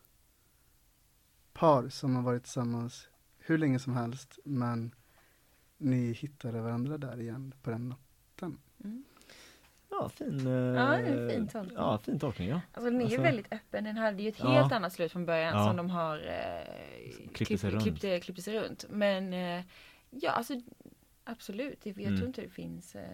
par som har varit tillsammans hur länge som helst, men ni hittade varandra där igen på den natten. Mm. Ja, fin. Eh, Ja, det är en fin tolkning. Ja, fin tolkning, ja. Alltså den är ju Alltså- väldigt öppen. Den hade ju ett Ja. helt annat slut från början Ja. som de har eh, Klippte sig runt. klippte, klippte sig runt. Men eh, ja, alltså absolut. Jag Mm. tror inte det finns... Eh,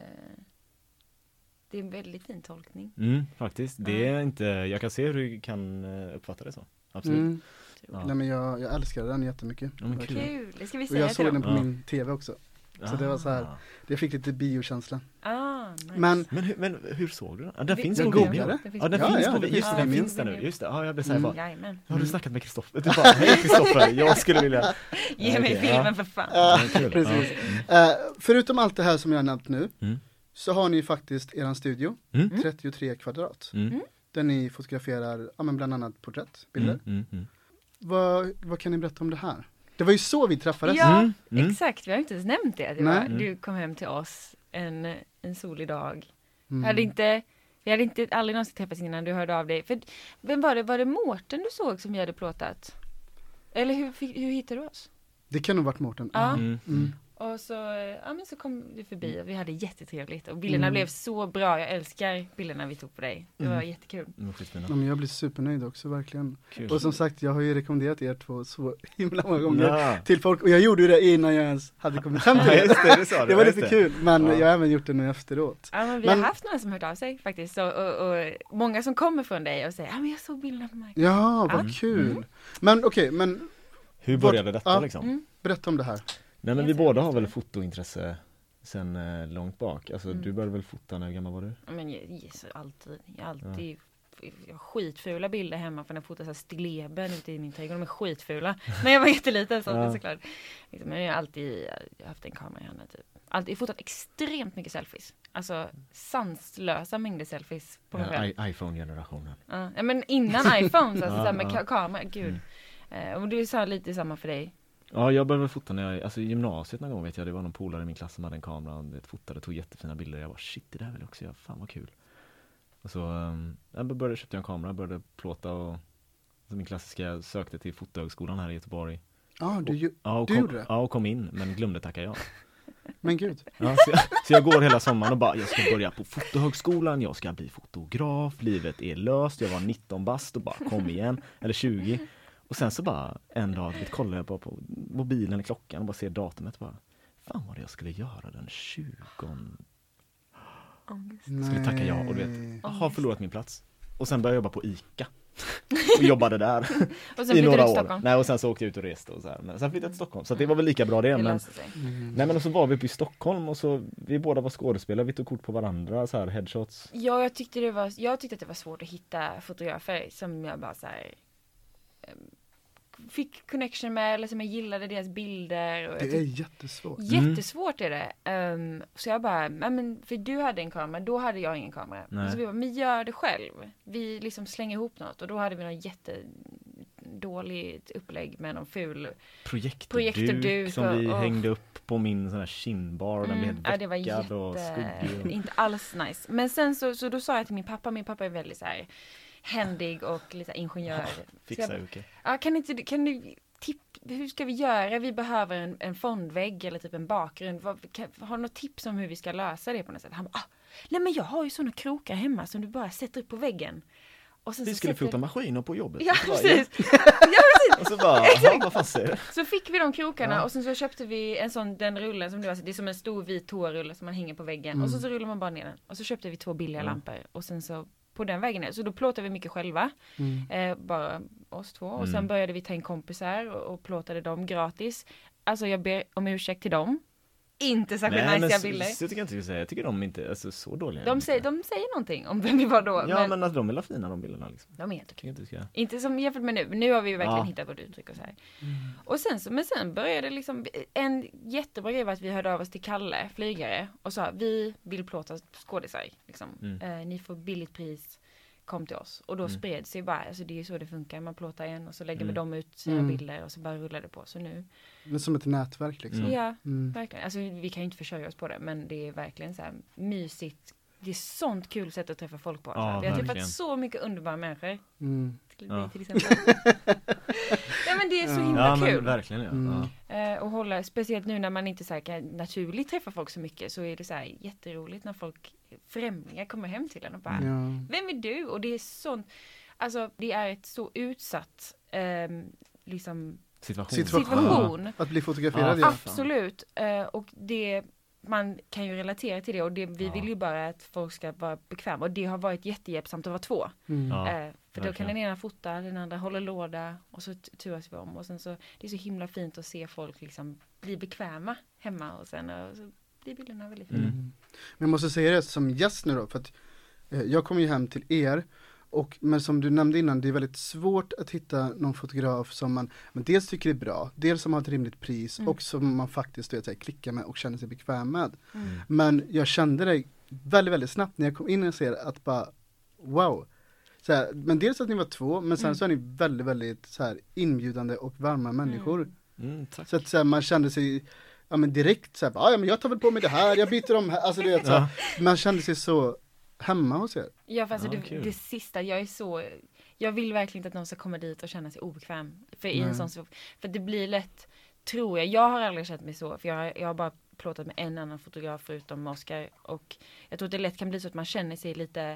det är en väldigt fin tolkning. Mm, faktiskt. Det Ja. är inte, jag kan se hur du kan eh, uppfatta det så. Absolut. Mm. Ja. Nej men jag, jag älskar den jättemycket. Ja, men Verkligen. kul. Kul, det ska vi Och säga jag till såg dem. den på Ja. min tv också. Så det var så här. Ah. Jag fick lite biokänsla. Ah, nice. Men Men hur, men hur såg du den? Ja, den Vi- finns jag på video. googlade. Det finns Ja, den Ja, finns ja, på det video. Just det, finns den på finns där video. nu. Just det. Ja, jag blev såhär Mm. bara, Jajamän. har du snackat med Kristoffer? Du bara, hej Kristoffer, jag skulle vilja. Ge Ja, mig okej, filmen ja. för fan. Ja, Ja, kul. precis. Ja. Eh, förutom allt det här som jag har nämnt nu, Mm. så har ni faktiskt eran studio, Mm. trettiotre kvadrat, Mm. där ni fotograferar, ja men bland annat porträttbilder. Mm. Mm. Mm. Vad, vad kan ni berätta om det här? Det var ju så vi träffades. Ja, Mm. Mm. exakt. Vi har inte ens nämnt det. det Nej. var, Mm. du kom hem till oss en, en solig dag. Mm. Hade inte, vi hade inte aldrig någonsin träffats innan du hörde av dig. För, vem var det? Var det Mårten du såg som vi hade plåtat? Eller hur, fick- hur hittade du oss? Det kan nog varit Mårten. Ja. Mm. Mm. Och så, ja, men så kom du förbi och vi hade jättetrevligt. Och bilderna Mm. blev så bra. Jag älskar bilderna vi tog på dig. Det var Mm. jättekul. Mm. Skitfina. Ja, men jag blir supernöjd också, verkligen. Kul. Och som sagt, jag har ju rekommenderat er två så himla många gånger Ja. till folk. Och jag gjorde ju det innan jag ens hade kommit hem till Ja, er. just det, det sa du. Det var Just lite kul, men Ja. jag har även gjort det nu efteråt. Ja, men vi Men- har haft några som hört av sig faktiskt. Och, och, och många som kommer från dig och säger, ja men jag såg bilderna på mig. Ja, vad Mm. kul. Men okej, men Hur Vart- började detta ja. liksom? Mm. berätta om det här. Nej men vi Jag ser båda det. har väl fotointresse sen eh, långt bak. Alltså Mm. du började väl fota när, hur gammal var du? Ja, men jag, yes, alltid, jag har alltid jag har skitfula bilder hemma för när jag fotar så här stilleben ute i min trädgård. De är skitfula. När jag var jätteliten så Ja. såklart. Liksom, men jag har alltid jag har haft en kamera i handen typ. Alltid fotat extremt mycket selfies. Alltså sanslösa mängder selfies på mig Ja, själv. I- iPhone-generationen. Ja, ja, men innan iPhones, alltså Ja, så här med ja. ka- kamera, gud. Eh, och det är så här lite samma för dig. Ja, jag började fota när jag, alltså i gymnasiet någon gång vet jag, det var någon polare i min klass som hade en kamera och det fotade, tog jättefina bilder. Jag bara shit, det där vill jag också göra, fan vad kul. Och så um, jag började, köpte jag en kamera, började plåta och så min klassiska sökte till fotohögskolan här i Göteborg. Ja, du, ju- Ja, och Du kom, gjorde det? ja, och kom in, men glömde tacka ja. men gud. Ja, så, jag, så jag går hela sommaren och bara, jag ska börja på fotohögskolan, jag ska bli fotograf, livet är löst, jag var nitton bast och bara kom igen, eller tjugo. Och sen så bara en dag vet, kollar jag bara på mobilen eller klockan och bara ser datumet bara, fan vad det jag skulle göra den tjugonde. Skulle tacka ja och du vet, jag har förlorat min plats. Och sen började jag jobba på ICA. Och jobbade där Och sen i flyttade du några till år. Stockholm. Nej, och sen så åkte jag ut och reste och så här. Men sen flyttade jag till Stockholm. Så att det var väl lika bra det. Det men, löste sig. Mm. nej men och så var vi uppe i Stockholm och så vi båda var skådespelare. Vi tog kort på varandra, så här headshots. Ja, jag tyckte det var, jag tyckte att det var svårt att hitta fotografer som jag bara så här em, fick connection med eller som jag gillade deras bilder. Och jag Det är tyckte, jättesvårt. jättesvårt är det. Um, så jag bara, ja, men för du hade en kamera, då hade jag ingen kamera. Nej. Så vi bara, men gör det själv. Vi liksom slänger ihop något och då hade vi någon jättedåligt upplägg med någon ful. Projektduk, Projektduk som vi och- och- hängde upp på min sån här kindbar. Den blev Mm, ja, helt det var veckad och skuggig. jätte, inte alls nice. Men sen så, så då sa jag till min pappa, min pappa är väldigt så här händig och lite så här ingenjör. Så jag Fixa bara, Jocke. ja, kan inte du- kan du tipp, hur ska vi göra? Vi behöver en, en fondvägg eller typ en bakgrund. Vad, kan, har du något tips om hur vi ska lösa det på något sätt? Han bara, ah, nej men jag har ju sådana krokar hemma som du bara sätter upp på väggen. Och sen vi så skulle sätter... fota maskiner på jobbet. Ja, bara, precis. Ja. Ja, precis. Och så bara, aha, vad fan säger du? Så fick vi de krokarna Ja. och sen så köpte vi en sån, den rullen som du har sett, det är som en stor vit toarulle som man hänger på väggen. Mm. Och så, så rullar man bara ner den. Och så köpte vi två billiga Mm. lampor. Och sen så på den vägen ner. Så då plåtade vi mycket själva. Mm. Eh, bara oss två. Och sen Mm. började vi ta in kompisar och, och plåtade dem gratis. Alltså jag ber om ursäkt till dem. Inte särskilt Nej, men najsiga så, bilder. så tycker jag inte vi säger. Jag tycker de inte är alltså, så dåliga. De säger, de säger någonting om vem vi var då. Ja, men, men alltså, de är la fina de bilderna liksom. de är helt Jag tycker inte vi ska... Inte som jämfört med nu. Nu har vi ju verkligen Ja. hittat vårt uttryck och så här. Och sen så, men sen började liksom, en jättebra grej var att vi hörde av oss till Kalle, flygare, och sa vi vill plåta skådisar. Liksom. Mm. Eh, ni får billigt pris, kom till oss. Och då Mm. spred sig bara, alltså det är ju så det funkar. Man plåtar en och så lägger Mm. vi dem ut sina Mm. bilder och så bara rullar det på. Så nu, Det är som ett nätverk liksom. Mm. ja, Mm. verkligen. Alltså vi kan ju inte försörja oss på det, men det är verkligen så här mysigt. Det är sånt kul sätt att träffa folk på. Alltså. Ja, vi har verkligen. träffat så mycket underbara människor. Mm. Till, Ja. till exempel. Ja men det är så Ja. himla Ja, men kul. verkligen ja. Mm. ja. Eh, och hålla, speciellt nu när man inte så här, kan naturligt träffa folk så mycket, så är det så här jätteroligt när folk, främlingar kommer hem till en och bara, Ja. vem är du? Och det är sånt, alltså det är ett så utsatt ehm, liksom Situation. Situation. situation. Att bli fotograferad, Ja, ja. Absolut. Eh, och det, man kan ju relatera till det, och det, vi Ja. vill ju bara att folk ska vara bekväma, och det har varit jättehjälpsamt att vara två. Mm. Ja. Eh, för då kan verkligen. den ena fota, den andra håller låda, och så t- turas vi om. Och sen så, det är så himla fint att se folk liksom bli bekväma hemma, och sen och så blir bilderna väldigt fina. Mm. Mm. Men jag måste säga det som gäst nu då, för att eh, jag kommer ju hem till er, och, men som du nämnde innan, det är väldigt svårt att hitta någon fotograf som man, men dels tycker är bra, dels som har ett rimligt pris, Mm. och som man faktiskt vet, så här, klickar med och känner sig bekväm med. Mm. Men jag kände det väldigt, väldigt snabbt när jag kom in och ser att bara, wow. Så här, men dels att ni var två, men sen Mm. så är ni väldigt, väldigt så här, inbjudande och varma människor. Mm. Mm, tack. Så att så här, man kände sig, ja men direkt så här, ja men jag tar väl på mig det här, jag byter om här, alltså det är så här, man kände sig så hemma hos er. Ja, för alltså Ja, det, kul. det sista, jag är så, jag vill verkligen inte att någon ska komma dit och känna sig obekväm. För i en Nej. sån, så- för det blir lätt, tror jag, jag har aldrig känt mig så, för jag har, jag har bara plåtat med en annan fotograf förutom Oscar, och jag tror att det lätt kan bli så att man känner sig lite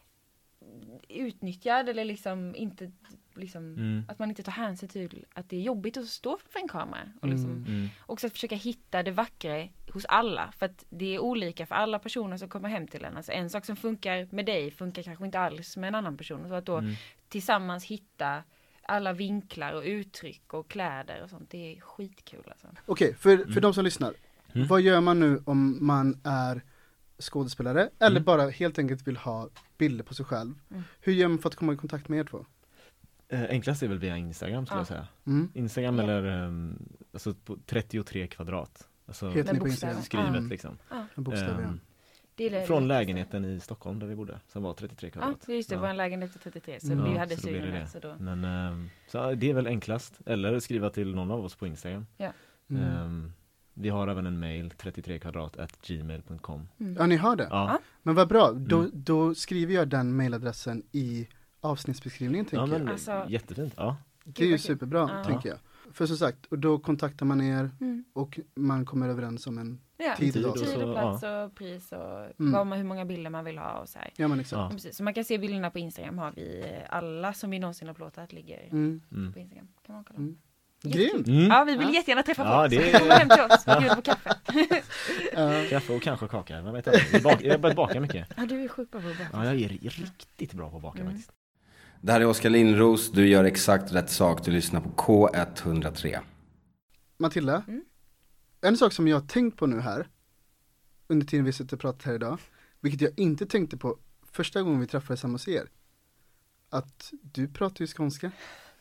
utnyttjad, eller liksom inte, liksom, Mm. att man inte tar hänsyn till att det är jobbigt att stå framför en kamera. Och liksom, Mm. Mm. också att försöka hitta det vackra hos alla. För att det är olika för alla personer som kommer hem till en. Alltså en sak som funkar med dig funkar kanske inte alls med en annan person. Så att då Mm. tillsammans hitta alla vinklar och uttryck och kläder och sånt. Det är skitkul alltså. Okej, för, för Mm. de som lyssnar, Mm. vad gör man nu om man är skådespelare, eller Mm. bara helt enkelt vill ha bilder på sig själv? Mm. Hur gör man för att komma i kontakt med er två? Eh, enklast är väl via Instagram skulle Ja. jag säga. Mm. Instagram Ja. eller um, alltså på trettiotre kvadrat. Alltså Heter Med ni på bokstäver. Instagram? skrivet Mm. liksom. Ja, En bokstav, ja. Ehm, det är det från lättaste. lägenheten i Stockholm där vi bodde, som var trettiotre Ja, kvadrat. det är just det. Ja. Vår lägenhet är trettiotre. Så Mm. vi hade så då blir det syrorna. det. Så då. Men ehm, så det är väl enklast. Eller skriva till någon av oss på Instagram. Mm. Ehm, vi har även en mail, trettiotre kvadrat at gmail punkt com. Mm. Ja, ni har det? Ja, Men vad bra, då, Mm. då skriver jag den mailadressen i avsnittsbeskrivningen, tänker ja men jag. Alltså- jättefint. Ja. Det är ju vad kul. superbra, Ja. tänker jag. För som sagt, och då kontaktar man er Mm. och man kommer överens om en, Ja, Tid tid och och, datum. tid och Så, plats och pris och Mm. vad man, hur många bilder man vill ha och så här. ja men exakt. Ja. Precis. Så man kan se bilderna på Instagram, har vi eh, alla som vi någonsin har plåtat ligger Mm. Mm. på Instagram. Kan man kolla. Mm. Jättekul. Grymt! Mm. Ja, vi vill Ja. jättegärna träffa Ja, folk. det Så är- kom hem till oss och bjud på kaffe. Uh, Kaffe och kanske kaka, vad vet jag. Jag, bak, jag har börjat baka mycket. Ja, du är sjukt bra på att baka. Ja, jag är riktigt bra på att baka Mm. faktiskt. Det här är Oskar Lindros, du gör exakt rätt sak, du lyssnar på K etthundratre. Matilda, Mm. en sak som jag har tänkt på nu här, under tiden vi sitter och pratar här idag, vilket jag inte tänkte på första gången vi träffades hemma hos er, att du pratar ju skånska.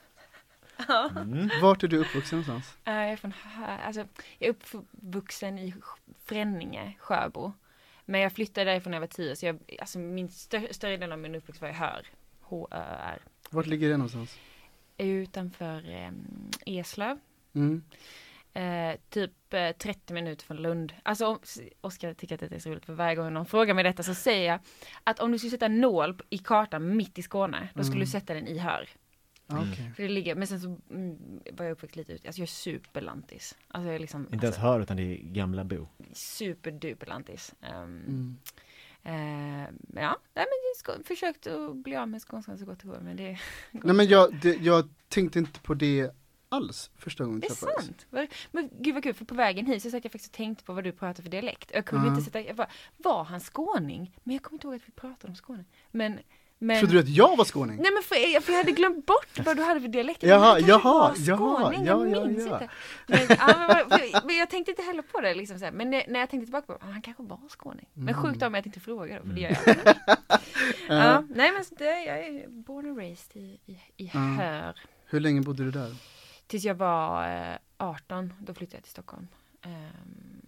Ja. Mm. Vart är du uppvuxen någonstans? Eh, Jag är från Hö- alltså, jag är uppvuxen i Sj- Fränninge, Sjöbo. Men jag flyttade därifrån när jag var tio, så jag, alltså min stö- större del av min uppväxt var i Hör. H Ö R. Vart ligger det någonstans? Utanför eh, Eslöv. Mm. Eh, typ eh, trettio minuter från Lund. Alltså om, Oskar tycker att det är så roligt, för varje gång någon frågar mig detta så säger jag att om du skulle sätta en nål i kartan mitt i Skåne, då skulle Mm. du sätta den i Hör. Ah, okay. För det ligger, men sen så mm, var jag uppväxt lite ut. Alltså jag är superlantis. Alltså jag är liksom... Inte ens alltså, hör utan det är gamla bo. Superduperlantis. Um, Mm. uh, ja, nej, men jag ska, försökt att bli av med skånskan så gott det går. Men det Nej men jag, det, jag tänkte inte på det alls första gången. Det är sant. Men gud vad kul, för på vägen hit så satt jag faktiskt och tänkte på vad du pratar för dialekt. Jag kunde uh-huh. inte sätta, jag bara, var han skåning? Men jag kommer inte ihåg att vi pratade om Skåne. Men, men... Trodde du att jag var skåning? Nej men för jag, för jag hade glömt bort vad du hade för dialekt. Jaha, jag jaha, jaha, ja, jag ja, minns ja. inte. Men, ja, men, för, men jag tänkte inte heller på det liksom så här. Men när, när jag tänkte tillbaka på, han kanske var skåning. Men Mm. sjukt av mig att inte fråga då, för det gör jag. Mm. Ja, nej men så det, jag är born and raised i, i, i Mm. Hör. Hur länge bodde du där? Tills jag var eh, arton, då flyttade jag till Stockholm. Um,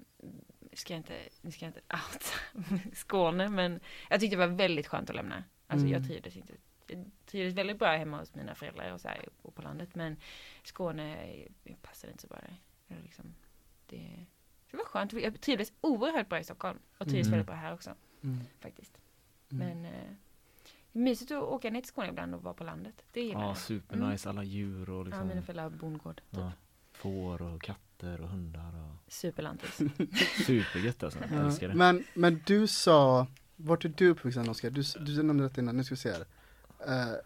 ska jag inte, nu ska jag inte outa Skåne, men jag tyckte det var väldigt skönt att lämna. Alltså Mm. jag trivdes inte, jag trivdes väldigt bra hemma hos mina föräldrar och så här, och på landet, men Skåne passade inte så bra där. Det, liksom, det, det var skönt, jag trivdes oerhört bra i Stockholm och trivdes Mm. väldigt bra här också, Mm. faktiskt. Mm. Men eh, mysigt att åka ner till Skåne ibland och vara på landet. Det gillar Ja, jag. supernice, alla djur och Ja, liksom mina föräldrar har bondgård. Typ. ja, får och katter och hundar och Superlantis. supergött alltså, jag Ja. älskar det. Men, men du sa, vart är du uppvuxen, Oskar? Du, du nämnde det innan, nu ska vi se här. Uh,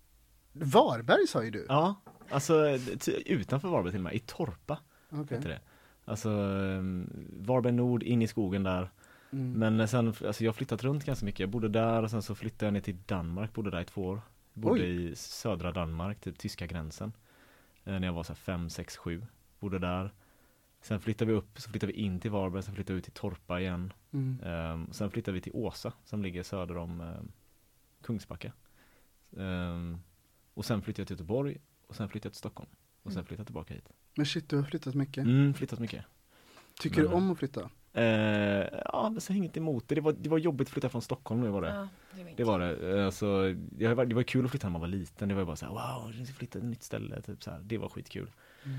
Varberg sa ju du. Ja, alltså t- utanför Varberg till och med, i Torpa Okay. heter det. Alltså um, Varberg Nord, in i skogen där. Mm. Men sen, alltså jag har flyttat runt ganska mycket. Jag bodde där och sen så flyttade jag ner till Danmark, bodde där i två år. Bodde Oj. i södra Danmark, typ tyska gränsen. Eh, när jag var så här fem, sex, sju. Bodde där. Sen flyttade vi upp, så flyttade vi in till Varberg, sen flyttade vi till Torpa igen. Mm. Um, sen flyttade vi till Åsa, som ligger söder om um, Kungsbacka. Um, och sen flyttade jag till Göteborg, och sen flyttade jag till Stockholm. Och sen Mm. flyttade jag tillbaka hit. Men shit, du har flyttat mycket. Mm, flyttat mycket. Tycker Men- du om att flytta? Uh, ja, men så har jag inget emot det. Det var, det var jobbigt att flytta från Stockholm nu var det. Ja, det var inte. Det var det. Alltså, det, var, det var kul att flytta när man var liten. Det var ju bara så här, wow, jag ska flytta till ett nytt ställe. Typ så här. Det var skitkul. Mm.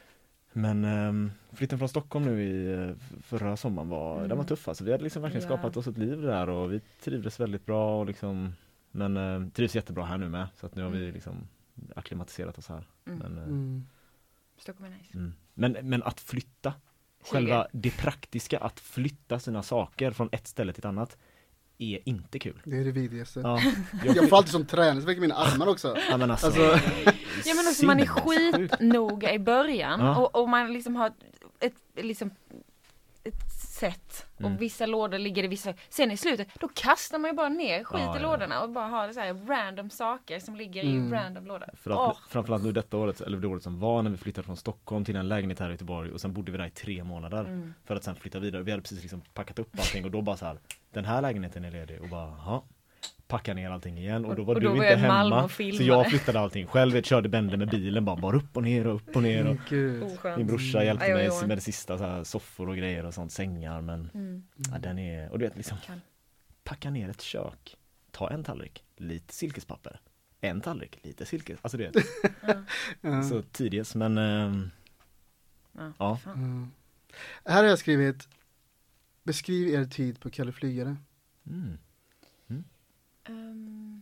Men um, flytten från Stockholm nu i uh, förra sommaren var, Mm. den var tuff. Alltså, vi hade liksom verkligen Ja. skapat oss ett liv där och vi trivdes väldigt bra. Och liksom, men uh, trivs jättebra här nu med. Så att nu har vi Mm. liksom akklimatiserat oss här. Mm. Men, uh, Mm. Stockholm är nice. mm. men, men att flytta, själva det praktiska, att flytta sina saker från ett ställe till ett annat är inte kul. Det är det vidrigaste. Ja, Jag får alltid som träningsvärk i mina armar också. ja, men alltså, Alltså, Ja men också man är sinnessjukt. skitnoga i början Ja. och, och man liksom har ett, liksom ett sätt Mm. och vissa lådor ligger i vissa, sen i slutet då kastar man ju bara ner skit Ja, i ja. lådorna och bara har det så här random saker som ligger Mm. i random lådor. För att, Åh. framförallt nu detta året, eller det året som var när vi flyttade från Stockholm till en lägenhet här i Göteborg och sen bodde vi där i tre månader Mm. för att sen flytta vidare. Vi hade precis liksom packat upp allting och då bara så här, den här lägenheten är ledig och bara, ja, packa ner allting igen och då var Och du då var inte jag i Malmö hemma och så filmade. jag flyttade allting själv, jag körde bänder med bilen bara, bara upp och ner och upp och ner och gud. Oskönt. min brorsa hjälpte Aj, oj, mig oj. med det sista så här, soffor och grejer och sånt, sängar men Mm. ja, den är, och du vet liksom Kan. packa ner ett kök, ta en tallrik, lite silkespapper, en tallrik, lite silkes, alltså det Ja. Ja. så tidigt men ehm, Ja. Ja. Fan. Mm. Här har jag skrivit, beskriv er tid på Kalle Flygare. mm. Um,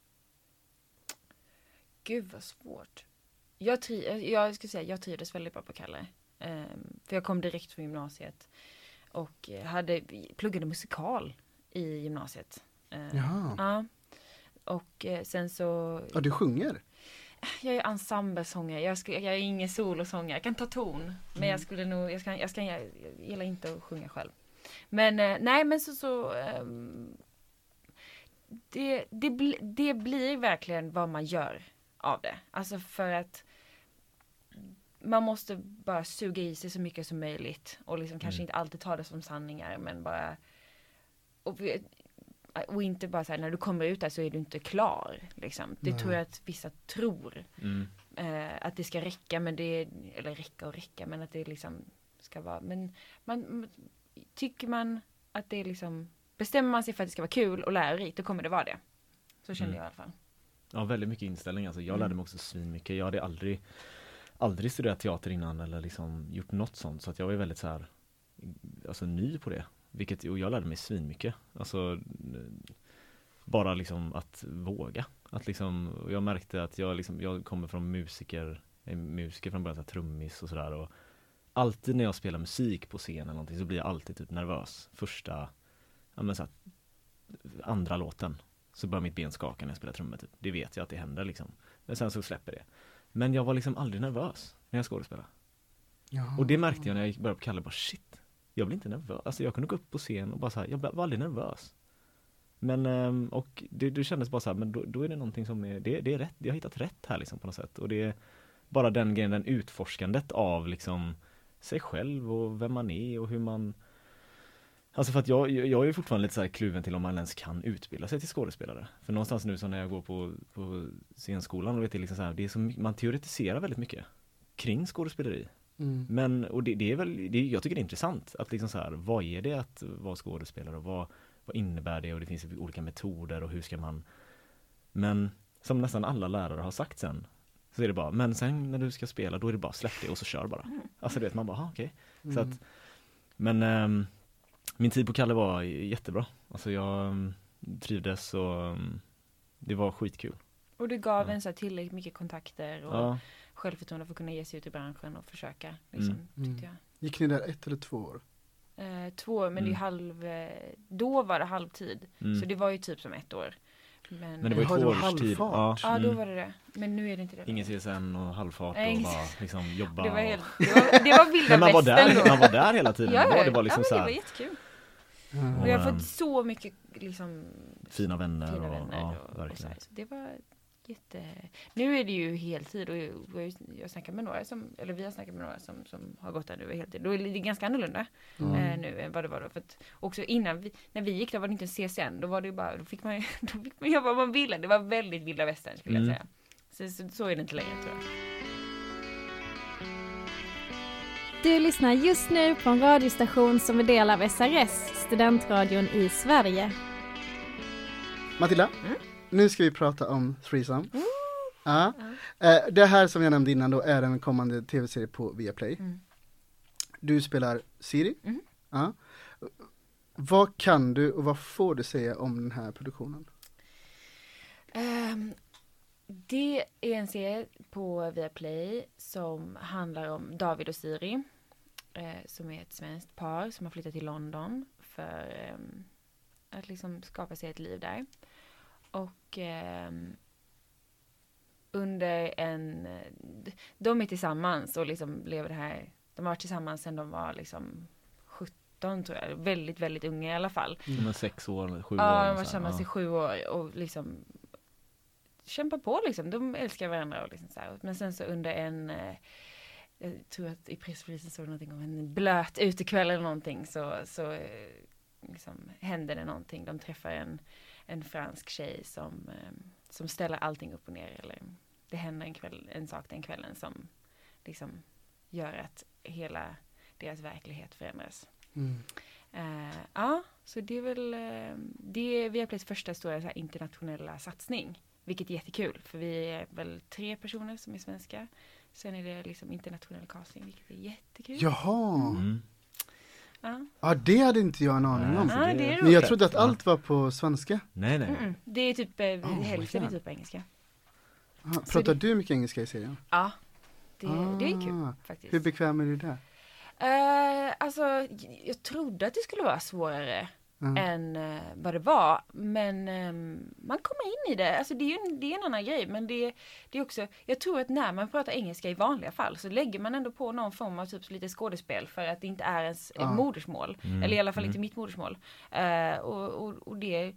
gud vad svårt. Jag, tri- jag ska säga jag trivdes väldigt bra på Kalle. Um, för jag kom direkt från gymnasiet. Och hade, pluggade musikal i gymnasiet. Uh, Jaha. Ja. Och eh, sen så... Ja, du sjunger? Jag är ensemblesångare. Jag, ska, jag är ingen solosångare. Jag kan ta ton. Men jag skulle nog... Jag, ska, jag, ska, jag gillar inte att sjunga själv. Men eh, nej, men så... så ehm, det, det, bli, det blir verkligen vad man gör av det. Alltså för att man måste bara suga i sig så mycket som möjligt. Och liksom kanske Mm. inte alltid ta det som sanningar. Men bara... Och, och inte bara så här, när du kommer ut där så är du inte klar. Liksom. Det Nej. tror jag att vissa tror. Mm. Eh, att det ska räcka, men det... Eller räcka och räcka, men att det liksom ska vara... Men man, tycker man att det är liksom... Bestämmer man sig för att det ska vara kul och lärorikt, då kommer det vara det. Så kände Mm. jag i alla fall. Ja, väldigt mycket inställning alltså. Jag Mm. lärde mig också svin mycket. Jag hade aldrig aldrig studerat teater innan eller liksom gjort något sånt så att jag var väldigt så här alltså ny på det. Vilket och jag lärde mig svin mycket. Alltså bara liksom att våga. Att liksom, jag märkte att jag, liksom, jag kommer från musiker, är musiker från början, trummis och sådär. Och alltid när jag spelar musik på scen eller någonting så blir jag alltid typ nervös. Första, ja men så här, andra låten så börjar mitt ben skaka när jag spelar trummor. Typ. Det vet jag att det händer liksom. Men sen så släpper det. Men jag var liksom aldrig nervös när jag skådespelade. Ja. Och det märkte jag när jag gick- började på Kalle. Bara shit, jag blir inte nervös. Alltså jag kunde gå upp på scen och bara så här, jag var aldrig nervös. Men, ehm, och det, det kändes bara så här, men då, då är det någonting som är, det, det är rätt. Jag har hittat rätt här liksom på något sätt. Och det är bara den grejen, den utforskandet av liksom sig själv och vem man är och hur man... Alltså för att jag, jag är ju fortfarande lite så här kluven till om man ens kan utbilda sig till skådespelare. För någonstans nu så när jag går på, på scenskolan och vet det liksom så här, det är så, man teoretiserar väldigt mycket kring skådespeleri. Mm. Men, och det, det är väl, det, jag tycker det är intressant att liksom så här, vad är det att vara skådespelare och vad, vad innebär det och det finns olika metoder och hur ska man, men som nästan alla lärare har sagt sen, så är det bara, men sen när du ska spela då är det bara släpp det och så kör bara. Alltså du vet, man bara, aha, okej. Okay. Så Mm. att, men ähm, min tid på Kalle var jättebra. Alltså jag ähm, trivdes och ähm, det var skitkul. Och det gav Ja. en så här tillräckligt mycket kontakter och Ja. självförtroende för att kunna ge sig ut i branschen och försöka. Liksom, Mm. tyckte jag. Gick ni där ett eller två år? Eh, två, men det är ju Mm. halv... Eh, då var det halvtid. Mm. Så det var ju typ som ett år. Men, Men det var ju Jaha, det två var års tid. halvfart. Ja, då mm. var det det. Men nu är det inte det. Ingen C S N och halvfart Nej, och ingen bara C S N. liksom jobba. Det var, helt, och... det var, det var vilda Men man var, västern där, då. man var där hela tiden. Ja, det var, ja, det var liksom ja, så men det här, var jättekul. Mm. Och jag har ehm, fått så mycket liksom, fina vänner. fina och, vänner. ja, och, och så, verkligen. här. Så det var jätte... Nu är det ju heltid och jag, jag snackar med några som, eller vi har snackat med några som, som har gått där nu i heltid. Då är det ganska annorlunda Mm. eh, nu än vad det var då. För att också innan vi, när vi gick då var det inte en C S N, då var det ju bara, då fick man, då fick man göra vad man ville. Det var väldigt vilda västern skulle Mm. jag säga. Så, så, så är det inte längre tror jag. Du lyssnar just nu på en radiostation som är del av S R S, studentradion i Sverige. Matilda, Mm. nu ska vi prata om Threesome. Mm. Ja. Eh, det här som jag nämnde innan då är en kommande tv-serie på Viaplay. Mm. Du spelar Siri. Mm. Ja. Vad kan du och vad får du säga om den här produktionen? Ehm, det är en serie på Viaplay som handlar om David och Siri. Eh, som är ett svenskt par som har flyttat till London för ehm, att liksom skapa sig ett liv där. Och ehm, under en... De är tillsammans och liksom lever det här... De har varit tillsammans sedan de var liksom sjutton tror jag. Väldigt, väldigt unga i alla fall. De är sex år, sju Ja, år. de har så varit här, tillsammans ja. i sju år och liksom kämpar på liksom. De älskar varandra och liksom så här. Men sen så under en, eh, jag tror att i pressreleasen såg det någonting om en blöt utekväll eller någonting så, så eh, liksom händer det någonting. De träffar en, en fransk tjej som, eh, som ställer allting upp och ner. Eller det händer en, kväll, en sak den kvällen som liksom gör att hela deras verklighet förändras. Mm. Uh, ja, så det är väl uh, det är Viaplays första stora så här, internationella satsning. Vilket är jättekul, för vi är väl tre personer som är svenska. Sen är det liksom internationell casting, vilket är jättekul. Jaha, Mm. Ja. ja det hade inte jag en aning Nej, om. så Ja, det är Men jag roligt. trodde att Ja. allt var på svenska. Nej, nej. Mm-mm. Det är typ eh, Oh, hälften är my God. typ på engelska. Aha, Så pratar det- du mycket engelska i serien? Ja, det, det är kul Ah, faktiskt. Hur bekväm är du där? Uh, alltså, j- jag trodde att det skulle vara svårare Mm. än uh, vad det var. Men um, man kommer in i det. Alltså det är ju en, det är en annan grej. Men det, det är också, jag tror att när man pratar engelska i vanliga fall så lägger man ändå på någon form av typ lite skådespel för att det inte är ens Ja. modersmål. Mm, Eller i alla fall mm. inte mitt modersmål. Uh, och, och, och det,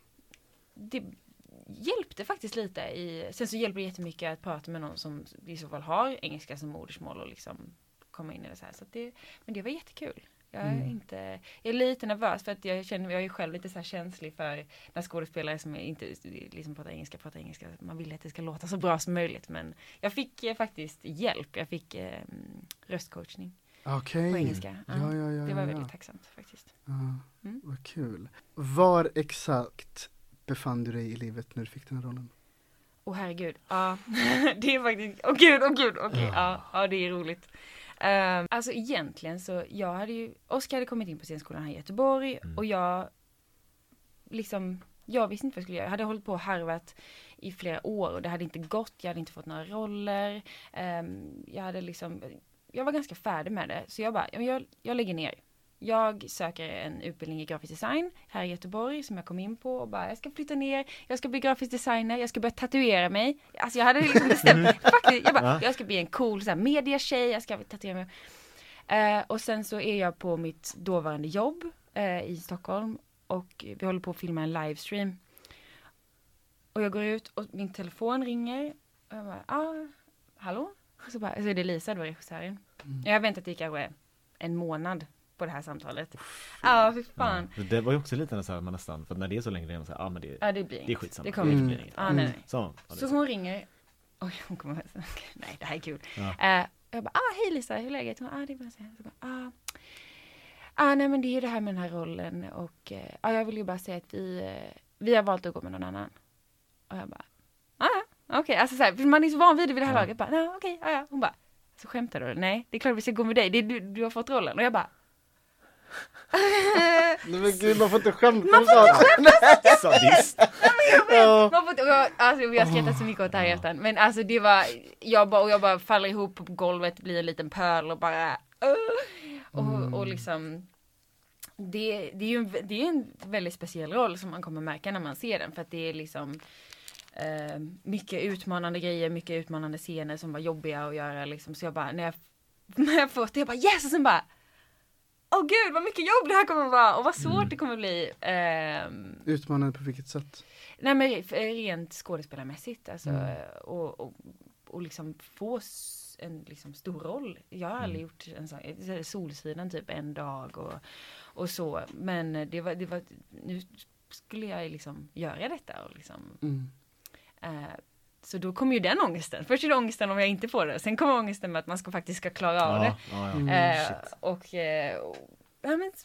det hjälpte faktiskt lite. I, sen så hjälper det jättemycket att prata med någon som i så fall har engelska som modersmål och liksom komma in i det så här. Så att det, men det var jättekul. Jag är, Mm. inte, jag är lite nervös för att jag känner jag är själv lite så här känslig för när skådespelare som inte liksom pratar engelska pratar engelska. Man vill att det ska låta så bra som möjligt. Men jag fick eh, faktiskt hjälp. Jag fick eh, röstcoachning Okej. på engelska. Ja, Ja, ja, ja, det var ja, väldigt ja. tacksamt faktiskt. Ja, Mm. vad kul. Var exakt befann du dig i livet när du fick den här rollen? Åh herregud, ja. Det är faktiskt, åh gud, åh gud, okej, ja, ja det är roligt. Um, alltså egentligen så, jag hade ju, Oskar hade kommit in på scenskolan här i Göteborg Mm. och jag liksom jag visste inte vad jag skulle göra. Jag hade hållit på och harvat i flera år och det hade inte gått. Jag hade inte fått några roller. Um, jag hade liksom, jag var ganska färdig med det. Så jag bara, jag, jag lägger ner. Jag söker en utbildning i grafisk design här i Göteborg som jag kom in på och bara, jag ska flytta ner, jag ska bli grafisk designer, jag ska börja tatuera mig. Alltså jag hade liksom bestämt, faktiskt, jag bara, jag ska bli en cool så här, mediatjej, jag ska tatuera mig. Uh, och sen så är jag på mitt dåvarande jobb uh, i Stockholm och vi håller på att filma en livestream. Och jag går ut och min telefon ringer och jag bara, ah, hallå? Och så, bara, så är det Lisa, då regissören. Mm. Jag har väntat i kanske en månad på det här samtalet. Ja, ah, fy fan. Ja, det var ju också lite så här, man nästan, för när det är så länge redan så här, ah, men det, ja, det, blir det är skitsamma. Det kommer mm. inte bli inget. Ah, nej, nej. Så, ja, så hon ringer. Oj, hon kommer att nej, det här är kul. Ja. Uh, jag bara, ah, hej Lisa, hur är läget? Hon, ah, det är bra. Så bara, ah, ah, nej men det är ju det här med den här rollen och uh, ah, jag vill ju bara säga att vi, uh, vi har valt att gå med någon annan. Och jag bara, ah, okej, okay. Alltså så här, för man är så van vid det vid det här ja. laget. Bara, nah, okej, okay, ah, ja. Hon bara, så skämtar du? Nej, det är klart vi ska gå med dig. Det är, du, du har fått rollen. Och jag bara, nej men gud, man får inte skämta man får inte skämta sadist. Ja. Man får inte, jag, alltså jag skrattar så mycket åt det här hjärtan. Men alltså det var, jag bara, och jag bara faller ihop på golvet, blir en liten pöl och bara uh, och, mm. och liksom det, det är ju en, det är en väldigt speciell roll som man kommer märka när man ser den, för att det är liksom eh, mycket utmanande grejer, mycket utmanande scener som var jobbiga att göra liksom. Så jag bara, när jag, när jag fått det, jag bara yes, och sen bara åh oh, gud, vad mycket jobb det här kommer att vara och vad svårt mm. det kommer att bli. Um, Utmanande på vilket sätt? Nej men rent skådespelarmässigt. Alltså, mm. och, och, och liksom få en liksom stor roll. Jag har mm. aldrig gjort en sån, Solsidan typ en dag och, och så. Men det var, det var, nu skulle jag liksom göra detta och liksom... Mm. Uh, Så då kommer ju den ångesten. Först är det ångesten om jag inte får det. Sen kommer ångesten med att man ska faktiskt ska klara av ja, det. Ja, ja. Mm, eh, och, eh, och, ja, men,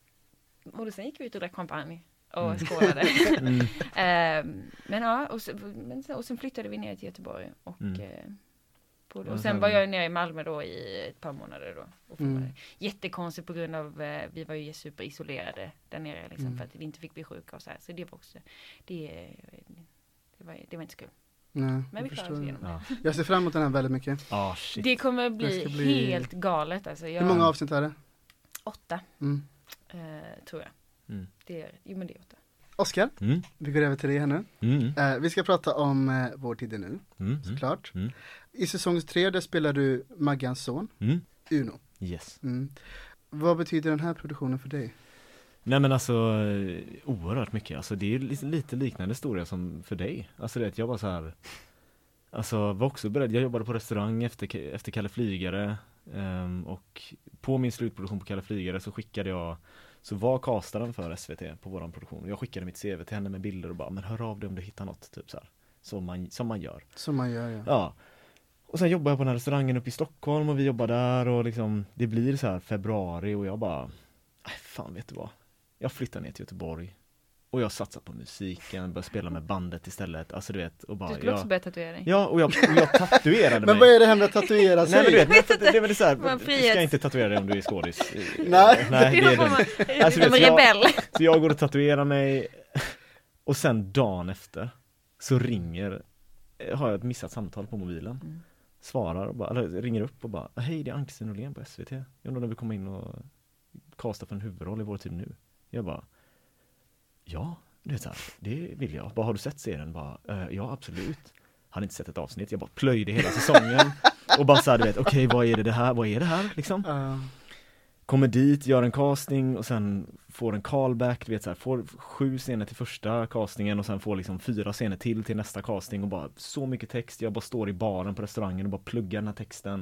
och sen gick vi ut och drack champagne. Och mm. skålade. mm. eh, men ja, och, så, men, och sen flyttade vi ner till Göteborg. Och, mm. eh, på, och sen var jag nere i Malmö då i ett par månader då. Och mm. jättekonstigt på grund av, eh, vi var ju superisolerade där nere. Liksom, mm. för att vi inte fick bli sjuka och så här. Så det var också, det, det, var, det var inte så kul. Nej, men vi klarar oss igenom. Ja. Jag ser fram emot den här väldigt mycket. Oh, shit. Det kommer bli, det bli helt galet. Alltså, jag... Hur många avsnitt är det? Åtta. Mm. Uh, tror jag. Mm. Det är, jo men det är åtta. Oskar, mm. vi går över till dig här nu. Mm. Uh, vi ska prata om uh, Vår tid är nu, mm. såklart. Mm. I säsong tre där spelar du Maggans son, mm. Uno. Yes. Mm. Vad betyder den här produktionen för dig? Nej men alltså oerhört mycket. Alltså det är lite, lite liknande historia som för dig. Alltså det jag var så här, alltså var också beredd. Jag jobbade på restaurang efter efter Kalle Flygare um, och på min slutproduktion på Kalle Flygare så skickade jag, så var castaren för S V T på våran produktion. Jag skickade mitt C V till henne med bilder och bara, men hör av dig om du hittar något typ så här. Som man som man gör. Som man gör, ja. Ja. Och sen jobbade jag på den här restaurangen uppe i Stockholm och vi jobbade där och liksom det blir så här februari och jag bara, nej fan vet du vad? Jag flyttar ner till Göteborg och jag satsar på musiken, börjar spela med bandet istället. Alltså du vet, och bara, du skulle jag, också börja tatuera dig. Ja, och jag, och jag tatuerade mig. Men vad är det här med att tatuera sig? Nej, men du vet, det, det är väl så här, du ska inte tatuera dig om du är skådis. Nej, Nej, det är det. Alltså, vet, så, jag, så jag går och tatuerar mig och sen dagen efter så ringer, har jag ett missat samtal på mobilen. Mm. Svarar och bara, eller ringer upp och bara, hej det är Ann-Kristin Norlén på S V T. Jag undrar om du vill komma in och kasta för en huvudroll i Vår tid nu. Jag bara, ja, det är så här, det vill jag. Bara, har du sett serien? Bara, uh, ja, absolut. Hade inte sett ett avsnitt. Jag bara plöjde hela säsongen. Och bara så här, du vet, okej, okay, vad är det, det här? Vad är det här, liksom? Uh. Kommer dit, gör en casting och sen får en callback, du vet så här, får sju scener till första castingen och sen får liksom fyra scener till till nästa casting och bara så mycket text. Jag bara står i baren på restaurangen och bara pluggar den här texten.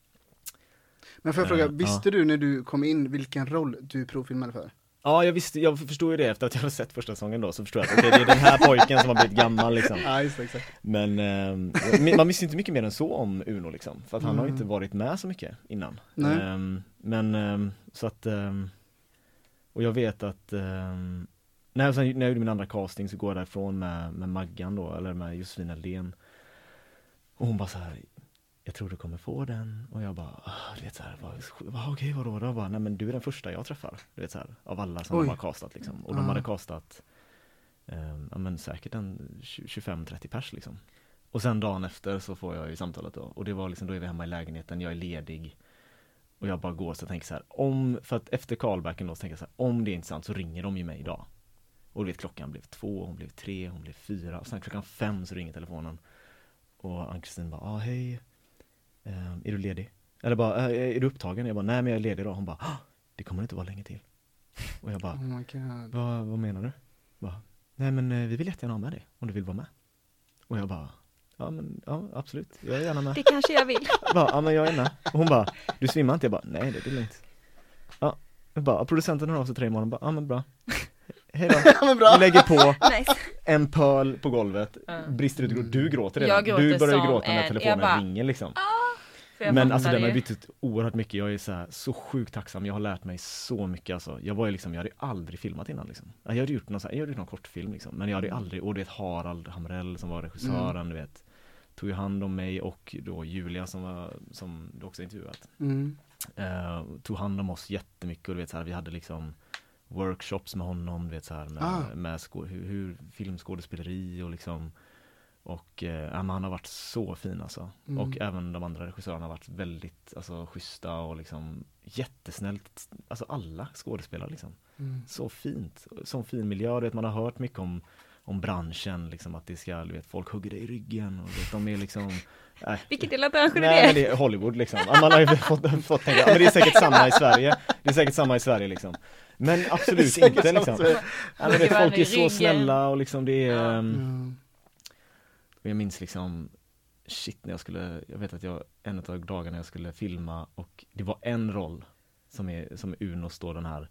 Men får jag fråga, uh, visste uh. du när du kom in vilken roll du provfilmade för? Ja, jag visste, jag förstod ju det efter att jag hade sett första säsongen då, så förstod jag att okay, det är den här pojken som har blivit gammal liksom. Ja, just det, exakt. Men eh, man visste inte mycket mer än så om Uno liksom, för att han mm. har inte varit med så mycket innan. Eh, men eh, så att eh, och jag vet att eh, när, jag, när jag gjorde min andra casting så går jag därifrån med, med Maggan då, eller med Josefina Len. Och hon bara så här, jag tror du kommer få den. Och jag bara, du vet så här, vad, okej, vadå då? Bara, nej men du är den första jag träffar. Du vet så här, av alla som Oj. de har castat liksom. Och Oj. de hade castat eh, ja, men säkert en tjugofem trettio pers liksom. Och sen dagen efter så får jag ju samtalet då. Och det var liksom, då är vi hemma i lägenheten, jag är ledig. Och jag bara går så jag tänker så här, om, för att efter callbacken då så tänker jag så här, om det är inte sant så ringer de ju mig idag. Och du vet, klockan blev två, hon blev tre, hon blev fyra. Och sen klockan fem så ringer telefonen. Och Ann-Kristin bara, ah, hej, eh, är du ledig? Eller bara, är du upptagen? Jag bara, nej men jag är ledig idag. Hon bara, ah, det kommer inte vara länge till. Och jag bara, Oh my God. vad, vad menar du? Bara, nej men eh, vi vill jättegärna ha med dig, om du vill vara med. Och jag bara, ja men ja, absolut, jag är gärna med. Det kanske jag vill. Bara, ja men jag är med. Och hon bara, du svimmar inte? Jag bara, nej det är lugnt. Ja, jag bara, producenten har av sig tre månader. Bara, ja men bra. Hej då. Ja, men bra. Vi lägger på Nice. en pöl på golvet. Mm. Brister ut, gr- du gråter redan. Jag gråter Du börjar ju som gråta när en- telefonen jag bara, ringer liksom. För jag Men fattar alltså den har ju. betytt oerhört mycket. Jag är så, här, så sjukt tacksam. Jag har lärt mig så mycket alltså. Jag var ju liksom, jag hade aldrig filmat innan liksom. Jag hade gjort någon, så här, jag hade gjort någon kortfilm liksom. Men jag hade aldrig, och du vet Harald Hamrell som var regissören, Mm. du vet. Tog ju hand om mig och då Julia som var, som du också intervjuat. Mm. Eh, tog hand om oss jättemycket och du vet så här, vi hade liksom workshops med honom, du vet så här med, Ah. med skå- hur, hur filmskådespeleri och liksom och eh, ja, men han har varit så fin alltså. Mm. Och även de andra regissörerna har varit väldigt alltså schyssta och liksom jättesnällt, alltså alla skådespelare liksom. Mm. Så fint, så fin miljö, du vet man har hört mycket om om branschen liksom, att det ska, du vet, folk hugger dig i ryggen och du vet, de är liksom äh, Vilken del av branschen nej, är men det? det är Hollywood liksom. Ja, man har ju fått, fått tänka, ja, men det är säkert samma i Sverige. Det är säcket samma i Sverige liksom. Men absolut Säkert inte samma liksom. i Sverige. Ja, men vet, Hugger folk är varandra i så ryggen. snälla och liksom det är Ja. ehm, Mm. och jag minns liksom shit när jag skulle, jag vet att jag en av dagarna jag skulle filma och det var en roll som är som Uno står den här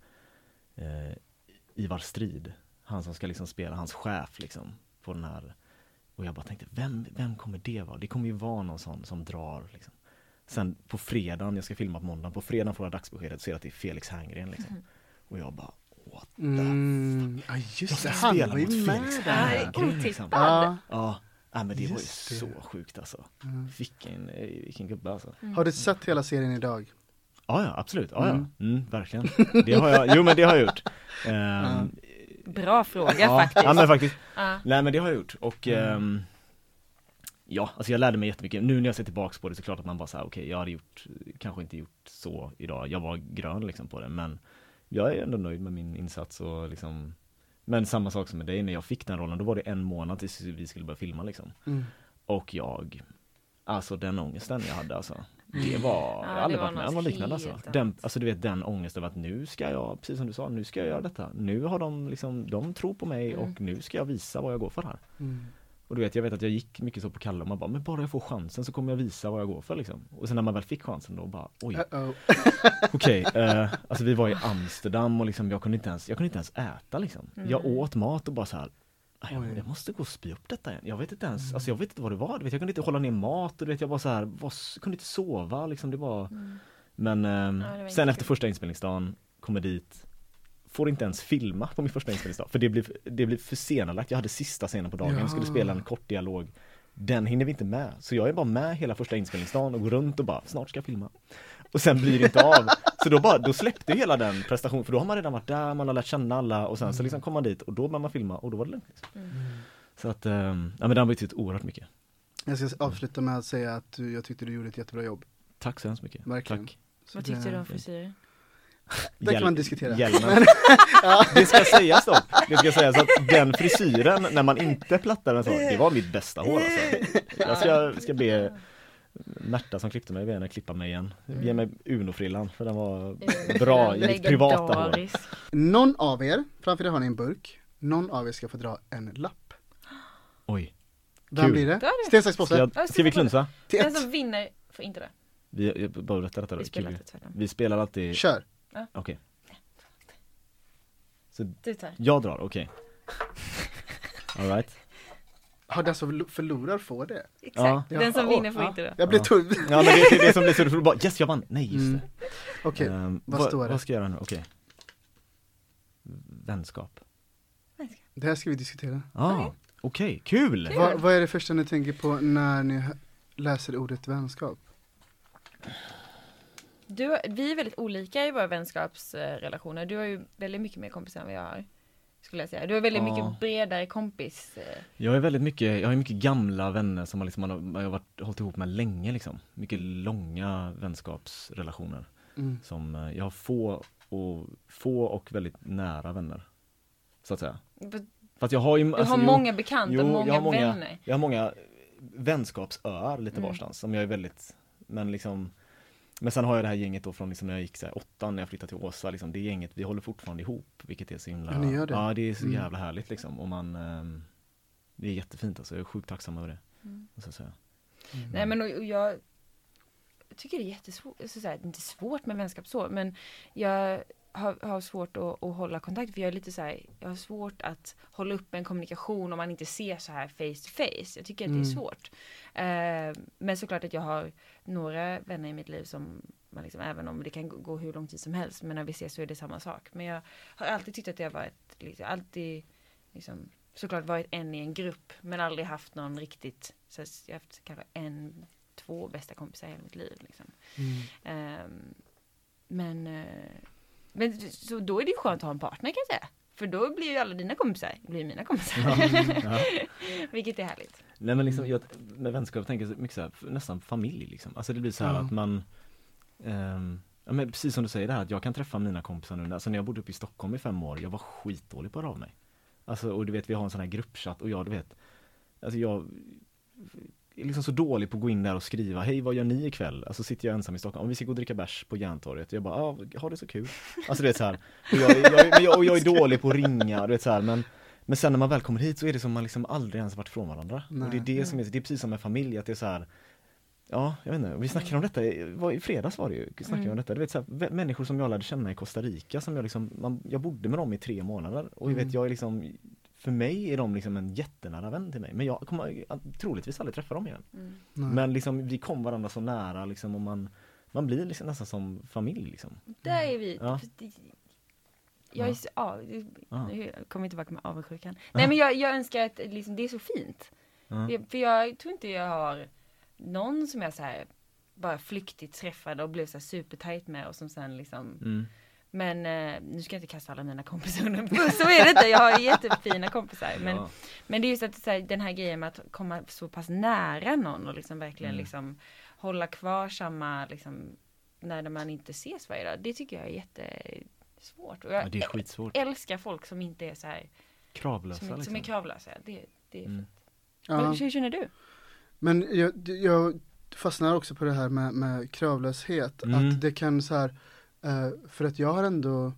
eh, Ivar Strid, han som ska liksom spela hans chef liksom på den här, och jag bara tänkte vem vem kommer det vara? Det kommer ju vara någon sån som drar liksom. Sen på fredagen, jag ska filma på måndagen, på fredagen får jag dagsbeskedet och ser att det är Felix Herngren liksom. Mm. Och jag bara what the Mm. Ja, jag just ska det, han spela var ju mot med Felix där. Herngren liksom. Otippat. Ja. Ja, ja men det var ju Just det. så sjukt alltså. Mm. Vilken, eh, vilken gubbe alltså. Har du sett hela serien idag? Ja, ja, absolut. Ja, ja. Mm. Mm, verkligen. Det har jag, jo men det har jag gjort. Ehm, Bra fråga ja, faktiskt. Ja, men faktiskt. Ja. Nej, men det har jag gjort. Och Mm. ehm, ja, alltså jag lärde mig jättemycket. Nu när jag ser tillbaka på det så är det klart att man bara säger okej, okay, jag hade gjort, kanske inte gjort så idag. Jag var grön liksom på det, men jag är ändå nöjd med min insats och liksom. Men samma sak som med dig, när jag fick den rollen, då var det en månad tills vi skulle börja filma liksom. Mm. Och jag, alltså den ångesten jag hade alltså, det var, jag det har aldrig var varit med något om något liknande alltså. helt Den, annat. alltså du vet den ångesten av att nu ska jag, precis som du sa, nu ska jag göra detta. Nu har de liksom, de tror på mig Mm. och nu ska jag visa vad jag går för här. Mm. Och du vet, jag vet att jag gick mycket så på Kalle och man bara, men bara jag får chansen så kommer jag visa vad jag går för liksom. Och sen när man väl fick chansen då bara, oj, Uh-oh. okej, eh, alltså vi var i Amsterdam och liksom jag kunde inte ens, jag kunde inte ens äta liksom. Mm. Jag åt mat och bara så här, "Aj, jag, Oj. jag måste gå och spy upp detta igen. Jag vet inte ens, alltså jag vet inte vad det var. Du vet, jag kunde inte hålla ner mat och du vet, jag var så här, var, kunde inte sova liksom, det var. Mm. Men eh, Ja, det var inte sen efter kul. första inspelningsdagen kommer dit, får inte ens filma på min första inspelningsdag. För det blev, det blev för senarlagt. Jag hade sista scenen på dagen, jag skulle Ja. spela en kort dialog. Den hinner vi inte med. Så jag är bara med hela första inspelningsdagen och går runt och bara, snart ska jag filma. Och sen blir det inte av. Så då, bara, då släppte hela den prestationen. För då har man redan varit där, man har lärt känna alla. Och sen så liksom kom man dit och då började man filma och då var det lugnt. Liksom. Mm. Så att, um, ja men det har betytt oerhört mycket. Jag ska avsluta med att säga att du, jag tyckte du gjorde ett jättebra jobb. Tack så hemskt mycket. Verkligen. Tack. Så Vad tyckte det- du om frisyren? Det kan Hjäl- man diskutera. Hjälmen. Det ska sägas då. Det ska sägas att den frisyren, när man inte plattar den så, det var mitt bästa hår alltså. Jag ska, ska be Märta som klippte mig vid henne klippa mig igen. Ge mig Uno-frillan för den var bra i mitt privata hår. Legendarisk. Någon av er, framför er har ni en burk. Någon av er ska få dra en lapp. Oj. Vem Kul. blir det? Då är det. Sten, sax, Ska, påse. jag, ska vi klunsa? Till Den ett. som vinner får inte det. Vi, jag bara berätta detta då. Vi spelar Kul. inte tvärtom. Vi spelar alltid. Kör. Okej. Så Du tar. jag drar, okej. All right. Har den som förlorar får det? Exakt. Ja. Den som Jaha, vinner får ja. inte det. Jag blev Ja. tull. Ja men det är det som blir så, du bara, yes jag vann. Nej just Mm. det. Okej, Ehm, vad står det? Vad ska jag göra nu? Okej. Vänskap. det här ska vi diskutera. Ja, ah, okej, kul! Kul. Vad, vad är det första ni tänker på när ni hö- läser ordet vänskap? Du, vi är väldigt olika i våra vänskapsrelationer. Du har ju väldigt mycket mer kompisar än vad jag har. skulle jag säga. Du har väldigt Ja. mycket bredare kompis. eh. Jag är väldigt mycket, jag har mycket gamla vänner som man liksom, man har, man har varit, hållit ihop med länge liksom. Mycket långa vänskapsrelationer. Mm. Som, eh, jag har få och, få och väldigt nära vänner. Så att säga. Fast jag har ju, Du har många bekanta och många, jag har många vänner. Jag har många vänskapsöar lite Mm. varstans som jag är väldigt, men liksom, men sen har jag det här gänget då från liksom när jag gick så här, åttan när jag flyttade till Åsa liksom, det gänget, vi håller fortfarande ihop, vilket är så himla, Ja, ni gör det. ja det är så Mm. jävla härligt liksom, och man, ehm, det är jättefint alltså, jag är sjukt tacksam över det. Mm. Så att säga. Mm. Nej men och, och jag tycker det är jättesvårt, så så här, det är inte svårt med vänskap så, men jag har, har svårt att, att hålla kontakt, för jag är lite så här, jag har svårt att hålla upp en kommunikation om man inte ser så här face to face. Jag tycker att det är Mm. svårt. Eh, men såklart att jag har några vänner i mitt liv som man liksom, även om det kan gå, gå hur lång tid som helst, men när vi ses så är det samma sak. Men jag har alltid tyckt att det har varit, liksom, alltid liksom, såklart varit en i en grupp, men aldrig haft någon riktigt, så jag har haft kanske en, två bästa kompisar i hela mitt liv. Liksom. Mm. Ehm, men, eh, men så då är det ju skönt att ha en partner kan jag säga. För då blir ju alla dina kompisar blir mina kompisar. Ja. Vilket är härligt. Nej men liksom, jag, med vänskap tänker jag mycket så här, nästan familj liksom. Alltså det blir så här Ja. att man, ehm, ja men precis som du säger det här, att jag kan träffa mina kompisar nu. Alltså när jag bodde uppe i Stockholm i fem år, jag var skitdålig på att höra av mig. Alltså, och du vet, vi har en sån här gruppchatt och jag, du vet, alltså jag är liksom så dålig på att gå in där och skriva, hej vad gör ni ikväll? Alltså sitter jag ensam i Stockholm, om vi ska gå och dricka bärs på Järntorget, jag bara, ja, ah, har det så kul. Alltså du vet så här, och jag, jag, jag, jag, och jag är dålig på att ringa, du vet så här, men men sen när man väl kommer hit så är det som man liksom aldrig ens varit från varandra. Nej. Och det är det som är, det är precis som en familj, att det är så här. Ja, jag vet inte, vi snackade om detta, i- var, i fredags var det ju, vi snackade Mm. om detta, du vet så här, vä- människor som jag lärde känna i Costa Rica, som jag liksom, man, jag bodde med dem i tre månader, och jag vet, Mm. jag är liksom, för mig är de liksom en jättenära vän till mig, men jag kommer troligtvis aldrig träffa dem igen. Mm. Nej. Men liksom, vi kom varandra så nära liksom, och man, man blir liksom nästan som familj liksom. Där är vi. Ja. För det- Jag är så, ja, det- Ja. nu kommer jag tillbaka med avundsjukan. Nej men jag, jag önskar att liksom, det är så fint. Ja. Jag, för jag tror inte jag har någon som jag så här bara flyktigt träffade och blev så här supertajt med och som sen liksom. Mm. Men eh, nu ska jag inte kasta alla mina kompisar under en buss, så är det inte. Jag har jättefina kompisar. Men, Ja. men det är just att så här, den här grejen med att komma så pass nära någon och liksom verkligen Mm. liksom hålla kvar samma liksom när man inte ses varje dag. Det tycker jag är jättesvårt. Och jag Ja, det är skitsvårt. älskar folk som inte är så här, Kravlösa som, som liksom. är kravlösa. Det, det är Mm. fint. Ja. Men hur känner du? Men jag, jag fastnar också på det här med, med kravlöshet. Mm. Att det kan så här, eh, för att jag har ändå,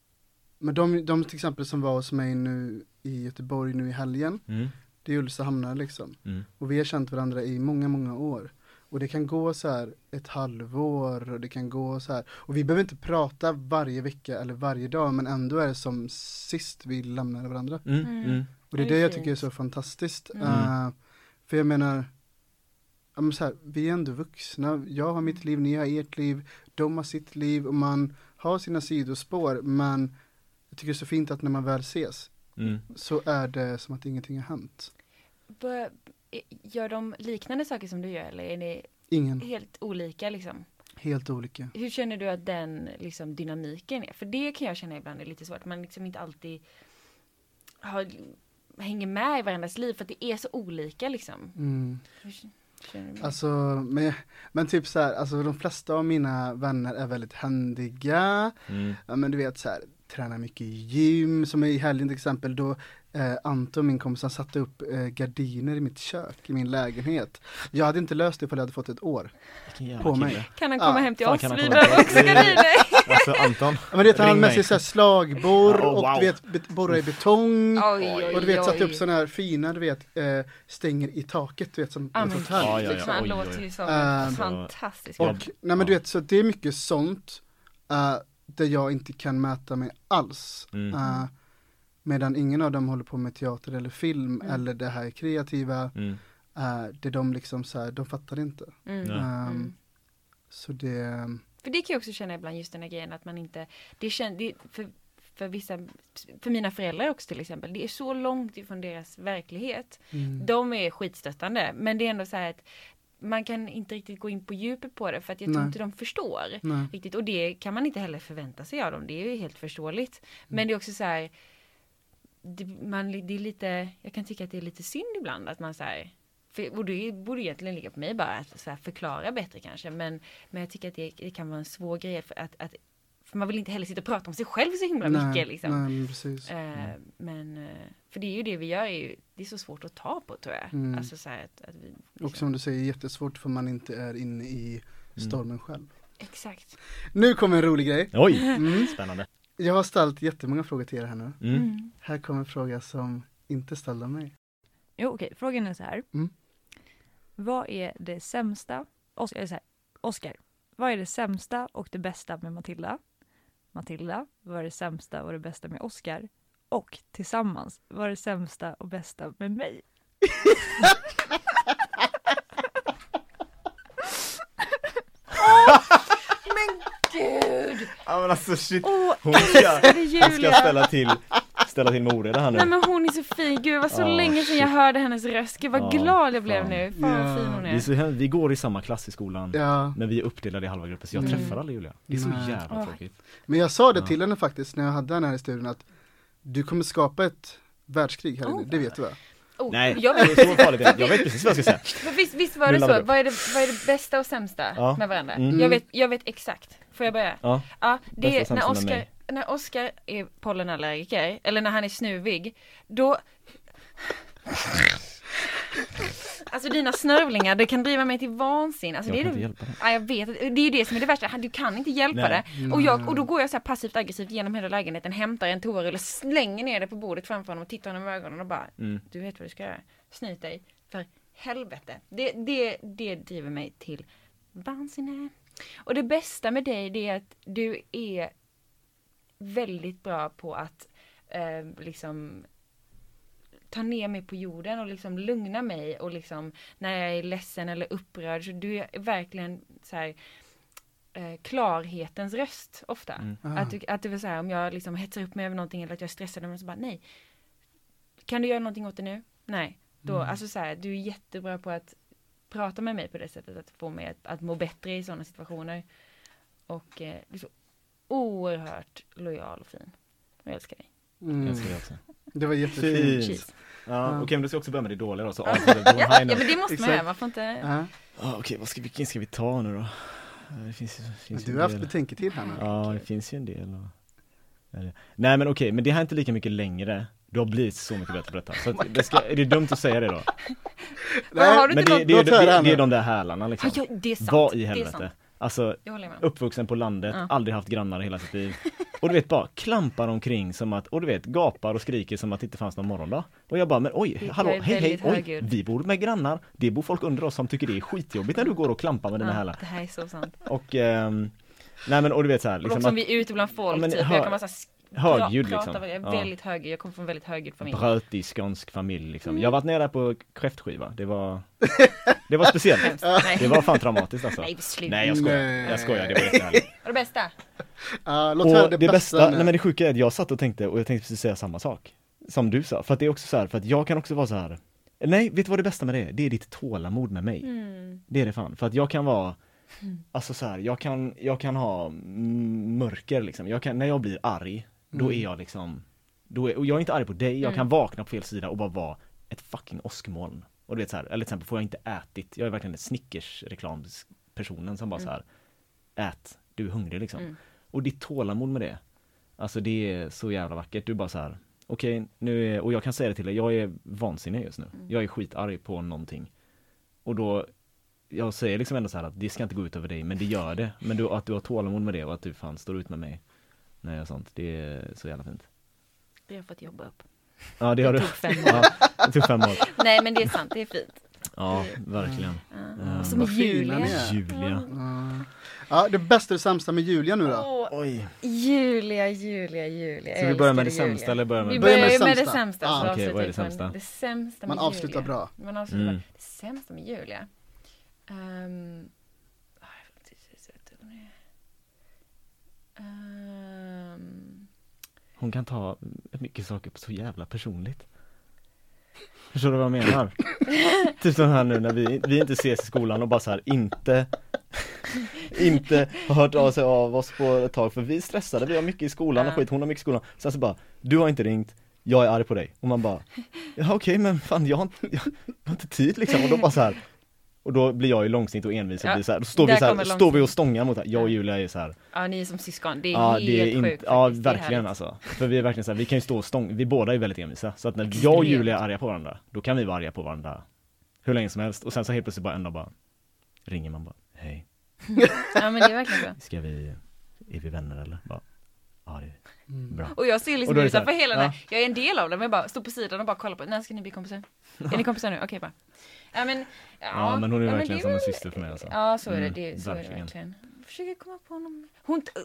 men de, de till exempel som var hos mig nu i Göteborg nu i helgen, Mm. det är Ulricehamnar liksom. Mm. Och vi har känt varandra i många, många år. Och det kan gå så här ett halvår och det kan gå så här. Och vi behöver inte prata varje vecka eller varje dag, men ändå är det som sist vi lämnade varandra. Mm. Mm. Mm. Och det är Det det är jag fint. tycker är så fantastiskt. Mm. Eh, för jag menar, ja, men så här, vi är ändå vuxna. Jag har mitt liv, ni har ert liv, de har sitt liv och man har sina sidospår. Men jag tycker det är så fint att när man väl ses Mm. så är det som att ingenting har hänt. Bör, gör de liknande saker som du gör eller är ni Ingen, helt olika liksom? helt olika. Hur känner du att den liksom, dynamiken är? För det kan jag känna ibland är lite svårt. Man liksom inte alltid har, hänger med i varandras liv för att det är så olika liksom. Mm. Hur känner du? Alltså, men, men typ så här, alltså de flesta av mina vänner är väldigt händiga. Mm. Ja, men du vet så här, tränar mycket i gym, som i helgen till exempel då eh, Anton, min kompis, han satte upp eh, gardiner i mitt kök, i min lägenhet. Jag hade inte löst det ifall jag hade fått ett år Vilken jävla på kille. mig. Kan han Ja, komma hem till fan, oss? kan han Vi komma behöver hem? också gardiner. Alltså Anton, Ja, men det tar han ring med mig. sig så här slagborr Oh, och wow. du vet, bet- borra i betong. Oj, oj, Och du vet, satt oj. upp sådana här fina, du vet, eh, stänger i taket, du vet, som Ja, en men fåtölj. Ja, ja, ja. liksom, han Oj, oj, låter ju oj. som Ehm, en fantastisk. Och, Ja. nej men du Ja. vet, så det är mycket sånt eh, där jag inte kan mäta mig alls. Mm. Eh, medan ingen av dem håller på med teater eller film Mm. eller det här kreativa. Mm. Uh, det de liksom så här, de fattar inte. Mm. Nej. Ehm, Mm. Så det, För det kan jag också känna ibland, just den här grejen att man inte, det känns, det, för, för vissa, för mina föräldrar också till exempel, det är så långt ifrån deras verklighet. mm, De är skitstöttande, men det är ändå så här att man kan inte riktigt gå in på djupet på det för att jag tror Nej. inte de förstår nej. riktigt. Och det kan man inte heller förvänta sig av dem, det är ju helt förståeligt. Mm. Men det är också så här, det, man, det är lite, jag kan tycka att det är lite synd ibland att man säger, för, och det borde egentligen ligga på mig bara att så här, förklara bättre kanske, men, men jag tycker att det, det kan vara en svår grej för att, att för man vill inte heller sitta och prata om sig själv så himla nej, mycket liksom. Nej, precis. Uh, mm. Men, uh, för det är ju det vi gör, är ju, det är så svårt att ta på tror jag. Mm. Alltså så här att, att vi, liksom. Och som du säger, jättesvårt för man inte är inne i stormen mm. själv. Exakt. Nu kommer en rolig grej. Oj, mm. spännande. Jag har ställt jättemånga frågor till er här nu. Mm. Mm. Här kommer en fråga som inte ställde av mig. Jo, okej. Frågan är så här. Mm. Vad är det sämsta, Oskar, så här, Oskar, vad är det sämsta och det bästa med Matilda? Matilda, vad är det sämsta och det bästa med Oskar? Och tillsammans, vad är det sämsta och bästa med mig? Men gud! Ja men alltså shit, Åh, hon ska, älskade hon ska ställa till ställa till mode det här nu. Nej men hon är så fin, gud vad så oh, länge sedan jag hörde hennes röst. Gud vad oh, glad jag blev fan. nu. Fan ja. vad fin hon är. Vi, är så, vi går i samma klass i skolan, ja. men vi är uppdelade i halva grupper så jag Mm. träffar aldrig Julia. Det är så Nej. jävla Oh. tråkigt. Men jag sa det Ja. till henne faktiskt när jag hade henne här i studion att du kommer skapa ett världskrig här inne, Oh. det vet du va? Oh, Nej, jag det vet, är så farligt. Jag jag vet precis vad jag ska säga. men visst, visst var det Nu laddar så? vi. Vad är det, vad är det bästa och sämsta Ja. med varandra? Mm. Jag, vet, jag vet exakt. Får jag börja? Ja. Ja, det Bästa och är när sämsta med Oskar, mig. när Oskar är pollenallergiker, eller när han är snuvig, då... Alltså dina snörvlingar, det kan driva mig till vansinne. Alltså, Jag det kan är inte det... hjälpa det. Ja, jag vet, det är det som är det värsta. Du kan inte hjälpa Nej. det. Och, jag, och då går jag så här passivt aggressivt genom hela lägenheten, hämtar en toarulle, slänger ner det på bordet framför honom och tittar honom i ögonen och bara, Mm. du vet vad du ska göra. Snyt dig, för helvete. Det, det, det driver mig till vansinne. Och det bästa med dig, det är att du är väldigt bra på att eh, liksom ta ner mig på jorden och liksom lugna mig och liksom när jag är ledsen eller upprörd, så du är verkligen så här eh, klarhetens röst ofta. Mm. Att du, att du vill säga om jag liksom hetsar upp mig över någonting eller att jag är stressad och så bara nej. Kan du göra någonting åt det nu? Nej. Då, Mm. alltså så här, du är jättebra på att prata med mig på det sättet, att få mig att, att må bättre i sådana situationer. Och eh, du är så oerhört lojal och fin. Och jag älskar dig. Mm. Jag ska jag också. Det var jättefint. Cheese. Ja, Ja. okej, okay, men du ska också börja med det dåliga då. Så Ja. avslutar vi på en Ja, high ja, note. men det måste man Exakt. göra. Man får inte... Ja. Ja, okej, okay, vad ska vi, vilken ska vi ta nu då? Ja, Det finns, det finns Du ju har en haft del. betänketid här nu. Ja, det finns ju en del. Och... Eller- Nej men okej, men det här är inte lika mycket längre. Du har blivit så mycket bättre på detta. Så att det ska, är det dumt att säga det då? Vad har du Men inte det, gått- det, det, Låt höra det, här det är nu. de där hälarna liksom. Ja, ja, det är sant. Vad i Det är helvete? sant. Alltså, Jag håller med. uppvuxen på landet, Ja. aldrig haft grannar i hela sitt liv. Och du vet, bara klampar omkring som att, och du vet, gapar och skriker som att det inte fanns någon morgondag. Och jag bara, men oj, Jag hallå, är hej hej, väldigt oj, högljudd. vi bor med grannar. Det bor folk under oss som tycker det är skitjobbigt när du går och klampar med dina Ja, hälar. det här är så sant. Och, ehm, nej men, och du vet så här, Och liksom också om att, vi är ute bland folk, Ja, men typ. hö- Jag kan vara så här sk- högljudd, pra- prata, liksom. Jag är Ja. väldigt högljudd. Jag kommer från en väldigt högljudd familj. brötig skånsk familj liksom. Jag har varit nere på kräftskiva. Det var det var speciellt. Hemskt. Nej. Det var fan traumatiskt alltså. Nej, slut. Nej, jag skojar. Nej. Jag skojar, det var jättehärligt. Och det bästa? Ja, låt höra Och det, det bästa. bästa, nu. nej men det sjuka är att jag satt och tänkte, och jag tänkte precis säga samma sak som du sa, för att det är också så här, för att jag kan också vara så här. Nej, vet du vad det bästa med det är? Det är ditt tålamod med mig. Mm. Det är det fan, för att jag kan vara alltså så här, jag kan, jag kan ha mm, mörker liksom. Jag kan, när jag blir arg, då Mm. är jag liksom då är, och jag är inte arg på dig, jag Mm. kan vakna på fel sida och bara vara ett fucking åskmoln. Och du vet så här, eller till exempel får jag inte ätit, jag är verkligen en Snickers reklampersonen som bara Mm. så här, ät, du är hungrig liksom. Mm. Och ditt tålamod med det, alltså det är så jävla vackert. Du bara så här, okej, nu är, och jag kan säga det till dig, jag är vansinnig just nu. Mm. Jag är skitarg på någonting. Och då, jag säger liksom ändå så här att det ska inte gå ut över dig, men det gör det. Men du, att du har tålamod med det och att du fan står ut med mig när jag gör sånt, det är så jävla fint. Det har jag fått jobba upp. Ja, det har Det du. tog fem år. Ja, det tog fem år. Nej, men det är sant. Det är fint. Ja, verkligen. Ja. Ja. Som Vad fina Julia. ni är. Julia. Ja. Ja, det bästa och sämsta med Julia nu då? Åh, Oj. Julia, Julia, Julia. Ska vi börja med det Älskar sämsta Julia. eller börja med Vi det Börja börjar med med, med det sämsta. sämsta. Ah, så okej, vad är det avslutar vi på sämsta? Det sämsta med Man avslutar Julia. bra. Man avslutar Mm. bra. Det sämsta med Julia. Um, um, Hon kan ta mycket saker på så jävla personligt. Förstår du vad jag menar? Typ som här nu när vi, vi inte ses i skolan och bara så här inte inte har hört av sig av oss på ett tag, för vi är stressade, vi har mycket i skolan och skit, hon har mycket i skolan. Sen så bara, du har inte ringt, jag är arg på dig. Och man bara, ja okej okay, men fan jag har, inte, jag, jag har inte tid liksom. Och då bara så här. Och då blir jag ju långsint och envis och ja, blir så här, då står vi så här, står vi och stångar mot det. Jag och Julia är så här. Ja, ni är som syskon. Det är ja, helt det är sjukt. Inte, ja, verkligen alltså. För vi är verkligen så här, vi kan ju stå och stånga. Vi båda är väldigt envisa. Så att när jag och Julia är arga på varandra, då kan vi vara arga på varandra hur länge som helst. Och sen så helt plötsligt bara en dag bara ringer man bara, hej. Ja, men det är verkligen bra. Ska vi, är vi vänner eller? Bara, ja, det är bra. Och jag ser liksom utanför hela ja. den här, jag är en del av det, men jag bara står på sidan och bara kollar på, när ska ni bli kompisar? Är ni kompisar nu? Okej, okay, bara. Ja men, ja, ja, men hon är ja, verkligen som väl... en syster för mig alltså. Ja, så är det, mm, det så verkligen. är det verkligen. Jag försöker komma på någon. Hon t-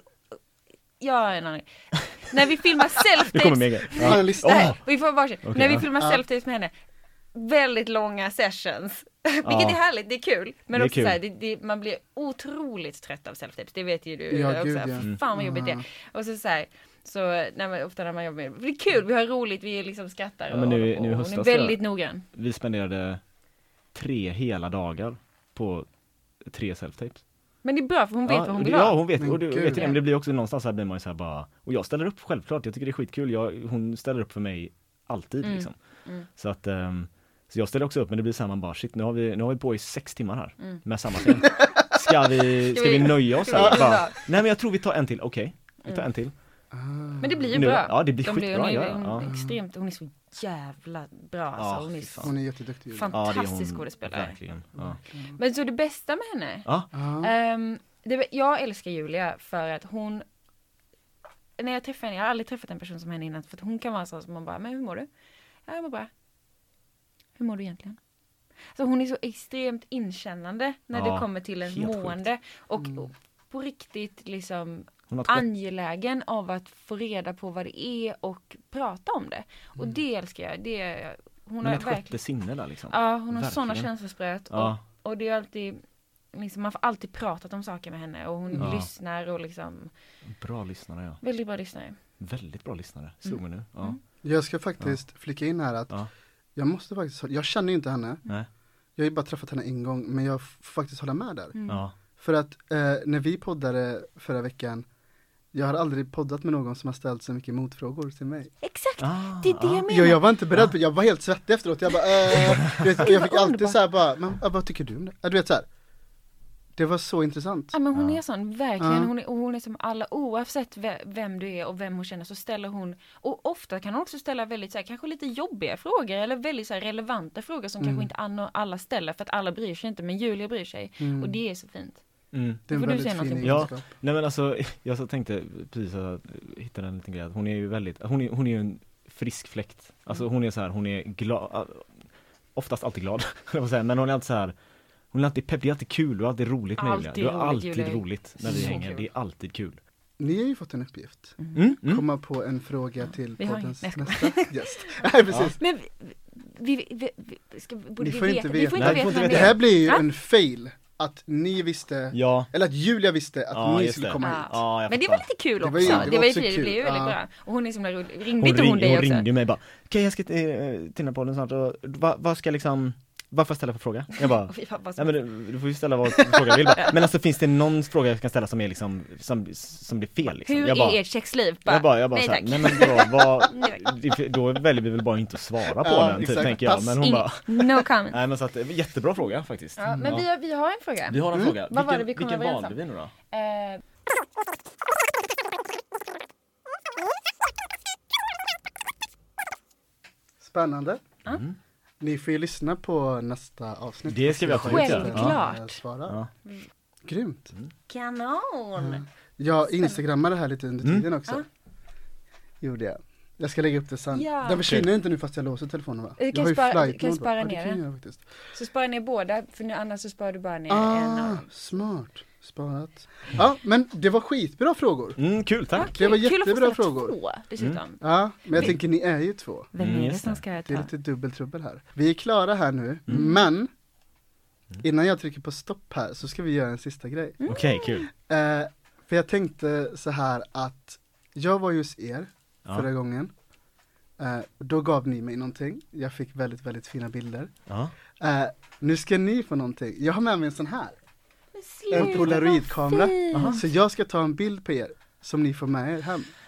ja, en annan. När vi filmar self-tapes. Det kommer mega. Ja. Nej, vi får varsin. Okay, när vi ja. filmar ja. self-tapes med henne. Väldigt långa sessions. Vilket ja. är härligt, det är kul. Men det är också kul. Så här, det, det, man blir otroligt trött av self-tapes. Det vet ju du ja, också. Gud, ja. Fan vad jobbigt det är. Och så så här, så när man, ofta när man jobbar med det är kul, vi har roligt, vi liksom skrattar ja, men nu, och, nu och höstas, hon är väldigt noggrann. Vi spenderade tre hela dagar på tre self-tapes. Men det är bra för hon vet ja, vad hon vill ja, ha. Ja, hon vet. Men och du, Gud, vet ja. Men det blir också någonstans här blir man ju så här bara, och jag ställer upp självklart, jag tycker det är skitkul. Jag, hon ställer upp för mig alltid mm. liksom. Mm. Så att um, så jag ställer också upp, men det blir så här man bara shit, nu har vi nu har vi på i sex timmar här mm. med samma film. Ska vi ska vi nöja oss här? Bara, nej men jag tror vi tar en till. Okej. Okay, vi tar mm. en till. Men det blir ju nu, bra. Ja, det blir De skitbra. Blir, hon är, ja, hon är ja. extremt, hon är så jävla bra alltså. Ja, hon, är hon är jätteduktig. Fantastisk ja, skådespelare. Verkligen. Ja. Men så det bästa med henne. Ja. Um, det, jag älskar Julia för att hon, när jag träffar henne, jag har aldrig träffat en person som henne innan, för att hon kan vara så som man bara, men hur mår du? Ja, jag mår bra. Hur mår du egentligen? Så hon är så extremt inkännande när ja, det kommer till en mående och, mm. och på riktigt liksom angelägen av att få reda på vad det är och prata om det. Och mm. det älskar jag. Det är, hon men har ett verkligen sinne där liksom. Ja, hon har verkligen. sådana känslospröt ja. och, och det är alltid liksom, man får alltid pratat om saker med henne och hon ja. lyssnar och liksom bra lyssnare, ja. Väldigt bra lyssnare. Väldigt bra lyssnare. Slog mig nu. Ja. Mm. Jag ska faktiskt ja. flika in här att ja. jag måste faktiskt, jag känner ju inte henne. Nej. Jag har ju bara träffat henne en gång, men jag får faktiskt hålla med där. Mm. Ja. För att eh, när vi poddade förra veckan, jag har aldrig poddat med någon som har ställt så mycket motfrågor till mig. Exakt, ah, det är det ah. jag menar. Jag, jag var inte beredd, ah. jag var helt svettig efteråt. Jag bara, äh, vet, jag fick alltid så här bara, men vad tycker du om det? Du vet så här. Det var så intressant. Ja, men hon ja. är sån, verkligen. Ja. Hon är, och hon är som alla, oavsett vem du är och vem hon känner, så ställer hon, och ofta kan hon också ställa väldigt så här, kanske lite jobbiga frågor eller väldigt så här relevanta frågor som Mm. kanske inte alla ställer för att alla bryr sig inte, men Julia bryr sig. Mm. Och det är så fint. Mm. Det är en får du väldigt säga fin någonting? Ja, egenskap. nej men alltså jag så tänkte precis att hitta en liten grej. Hon är ju väldigt, hon är, hon är ju en frisk fläkt. Alltså hon är så här, hon är glad, oftast alltid glad, men hon är alltid så här. Hon är alltid pepp, det är alltid kul, du har alltid roligt med Julia. Du har alltid Julia. roligt när vi så hänger, kul. Det är alltid kul. Ni har ju fått en uppgift. Mm. Mm. Komma på en fråga till vi poddens nästa gäst. Nej, precis. Men vi, vi, vi, vi, ska, borde Ni vi får veta, inte vi veta. får inte Nej, veta. får inte Det här blir ju ja? en fail. Att ni visste, ja. eller att Julia visste att ja, ni just skulle det. komma Ja. hit. Ja, men det var lite kul Det också. var ju- det var det var ju också det blev ju kul. väldigt Ja. bra. Och hon är som där, ringde Hon, inte ring, hon dig hon också? ringde mig bara, okej okay, jag ska till eh, till den här podden snart och vad, vad ska jag liksom, vad får jag ställa för fråga? Jag bara, Och vi bara, vad nej men du, du får ju ställa vad fråga jag vill bara. Men alltså finns det någon fråga jag kan ställa som är liksom, som, som blir fel liksom? Hur jag bara, är ert sexliv? Bara, jag bara, jag bara nej, såhär, tack. nej men då, vad, då väljer vi väl bara inte att svara på Ja, den typ, exakt. tänker jag. Pass. Men hon In, bara, no comment. nej men så att, jättebra fråga faktiskt. Ja, men vi, har, vi har en fråga. Vi har en Mm. fråga. Vad var Vilken, det vi kom vilken överens valde om? vi nu då? Eh, Spännande. Mm. Ni får ju lyssna på nästa avsnitt. Det ska vi absolut göra. Självklart. Ja. Svara. Ja. Grymt. kanon. Jag instagrammade det här lite under Mm. tiden också. Ja. Gjorde jag. Jag ska lägga upp det sen. Ja. Den försvinner inte nu fast jag låser telefonen va? Du Jag kan har ju spara- flight du kan mode, va? spara Ja, det ner kan jag den. göra faktiskt. Så spara ner båda, för nu, annars så sparar du bara ner en Ah, av. smart. Sparat. Ja, men det var skitbra frågor. Mm, kul, tack. Det var Kul att få jättebra ställa frågor. två dessutom. Mm. Ja, men jag Vi- tänker ni är ju två. Vem Mm, är det just som det. ska Det är ta? lite dubbeltrubbel här. Vi är klara här nu, Mm. men innan jag trycker på stopp här så ska vi göra en sista grej. Mm. Okej, kul. Eh, för jag tänkte så här att jag var ju hos er Ja. förra gången. Eh, då gav ni mig någonting. Jag fick väldigt, väldigt fina bilder. Ja. Eh, nu ska ni få någonting. Jag har med mig en sån här. Men sluta, En polaroidkamera. vad fint. Så jag ska ta en bild på er som ni får med er hem.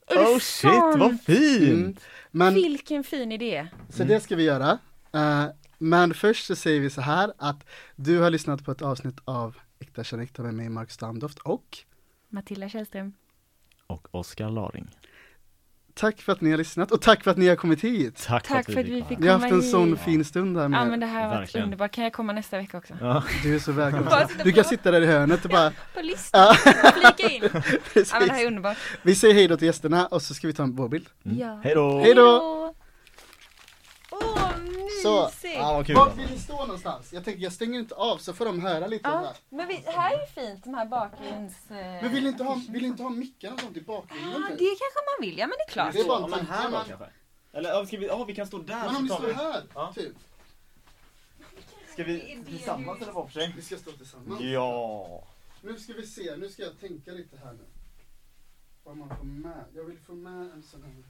Oh shit, vad fint! Mm. Men, Vilken fin idé. så det ska vi göra. Uh, men först så säger vi så här att du har lyssnat på ett avsnitt av Äkta känner äkta med mig, Mark Standoft, och Matilda Källström. Och Oskar Laring. tack för att ni har lyssnat och tack för att ni har kommit hit. Tack, Tack för att vi komma fick Ni har haft en komma sån hit. fin stund här med Ja, men det här har varit Verkligen. underbart. Kan jag komma nästa vecka också? Ja. Du är så välkommen. Bara sitta Du kan på. sitta där i hörnet och bara På listan. Flika in. precis. Ja, men det här är underbart. Vi säger hej då till gästerna och så ska vi ta en vårbild. Mm. Ja. Hej då! Hej då! Åh, Så, mysigt. Ah, vad kul. Vart vill ni stå någonstans? Jag tänker jag stänger inte av så får de höra lite om det Ja, här. men vi, här är fint, de här bakgrunds... eh, Men vill ni inte ha, vill ni inte ha mickar och sånt i bakgrunden? Ja, typ? det kanske man vill, ja men det är klart. Det är bara Ja, en men tanke, här då men- kanske? Eller ja, ska vi, ja, vi kan stå där. Men om ni så tar står vi- här, Ja. typ. Ska vi tillsammans eller var för sig? Vi ska stå tillsammans. Ja. Nu ska vi se, nu ska jag tänka lite här nu. Vad man får med. Jag vill få med en sån här.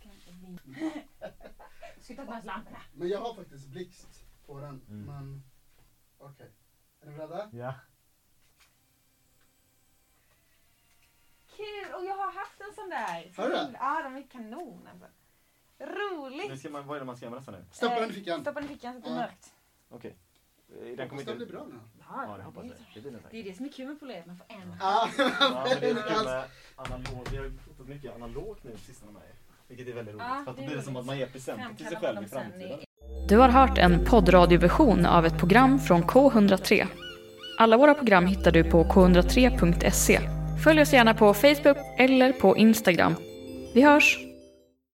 Ska vi ta med oss lamporna? Men jag har faktiskt blixt på den. Mm. Men okej. Är ni beredda? Ja. Kul, och jag har haft en sån där. Har du det? Ja, de är kanon alltså. Roligt. Nu ska man, vad är det man ska göra med nästa nu? Stoppa den i fickan. Stoppa den i fickan så att det är Ja. mörkt. Okej. Eh, Den Hoppas kommer den inte... blir bra nu. Ja, det hoppas jag. Det blir den Det är säkert. det som är kul med polet, man får en. Ja, Ja, men det är kul med analog. Vi har ju fotat mycket analogt nu sista med. Vilket är väldigt roligt. Ja, För att då det är blir det som roligt. att man ger presenter till sig själv i framtiden. Du har hört en poddradioversion av ett program från K one oh tre. Alla våra program hittar du på k one oh tre punkt se. Följ oss gärna på Facebook eller på Instagram. Vi hörs!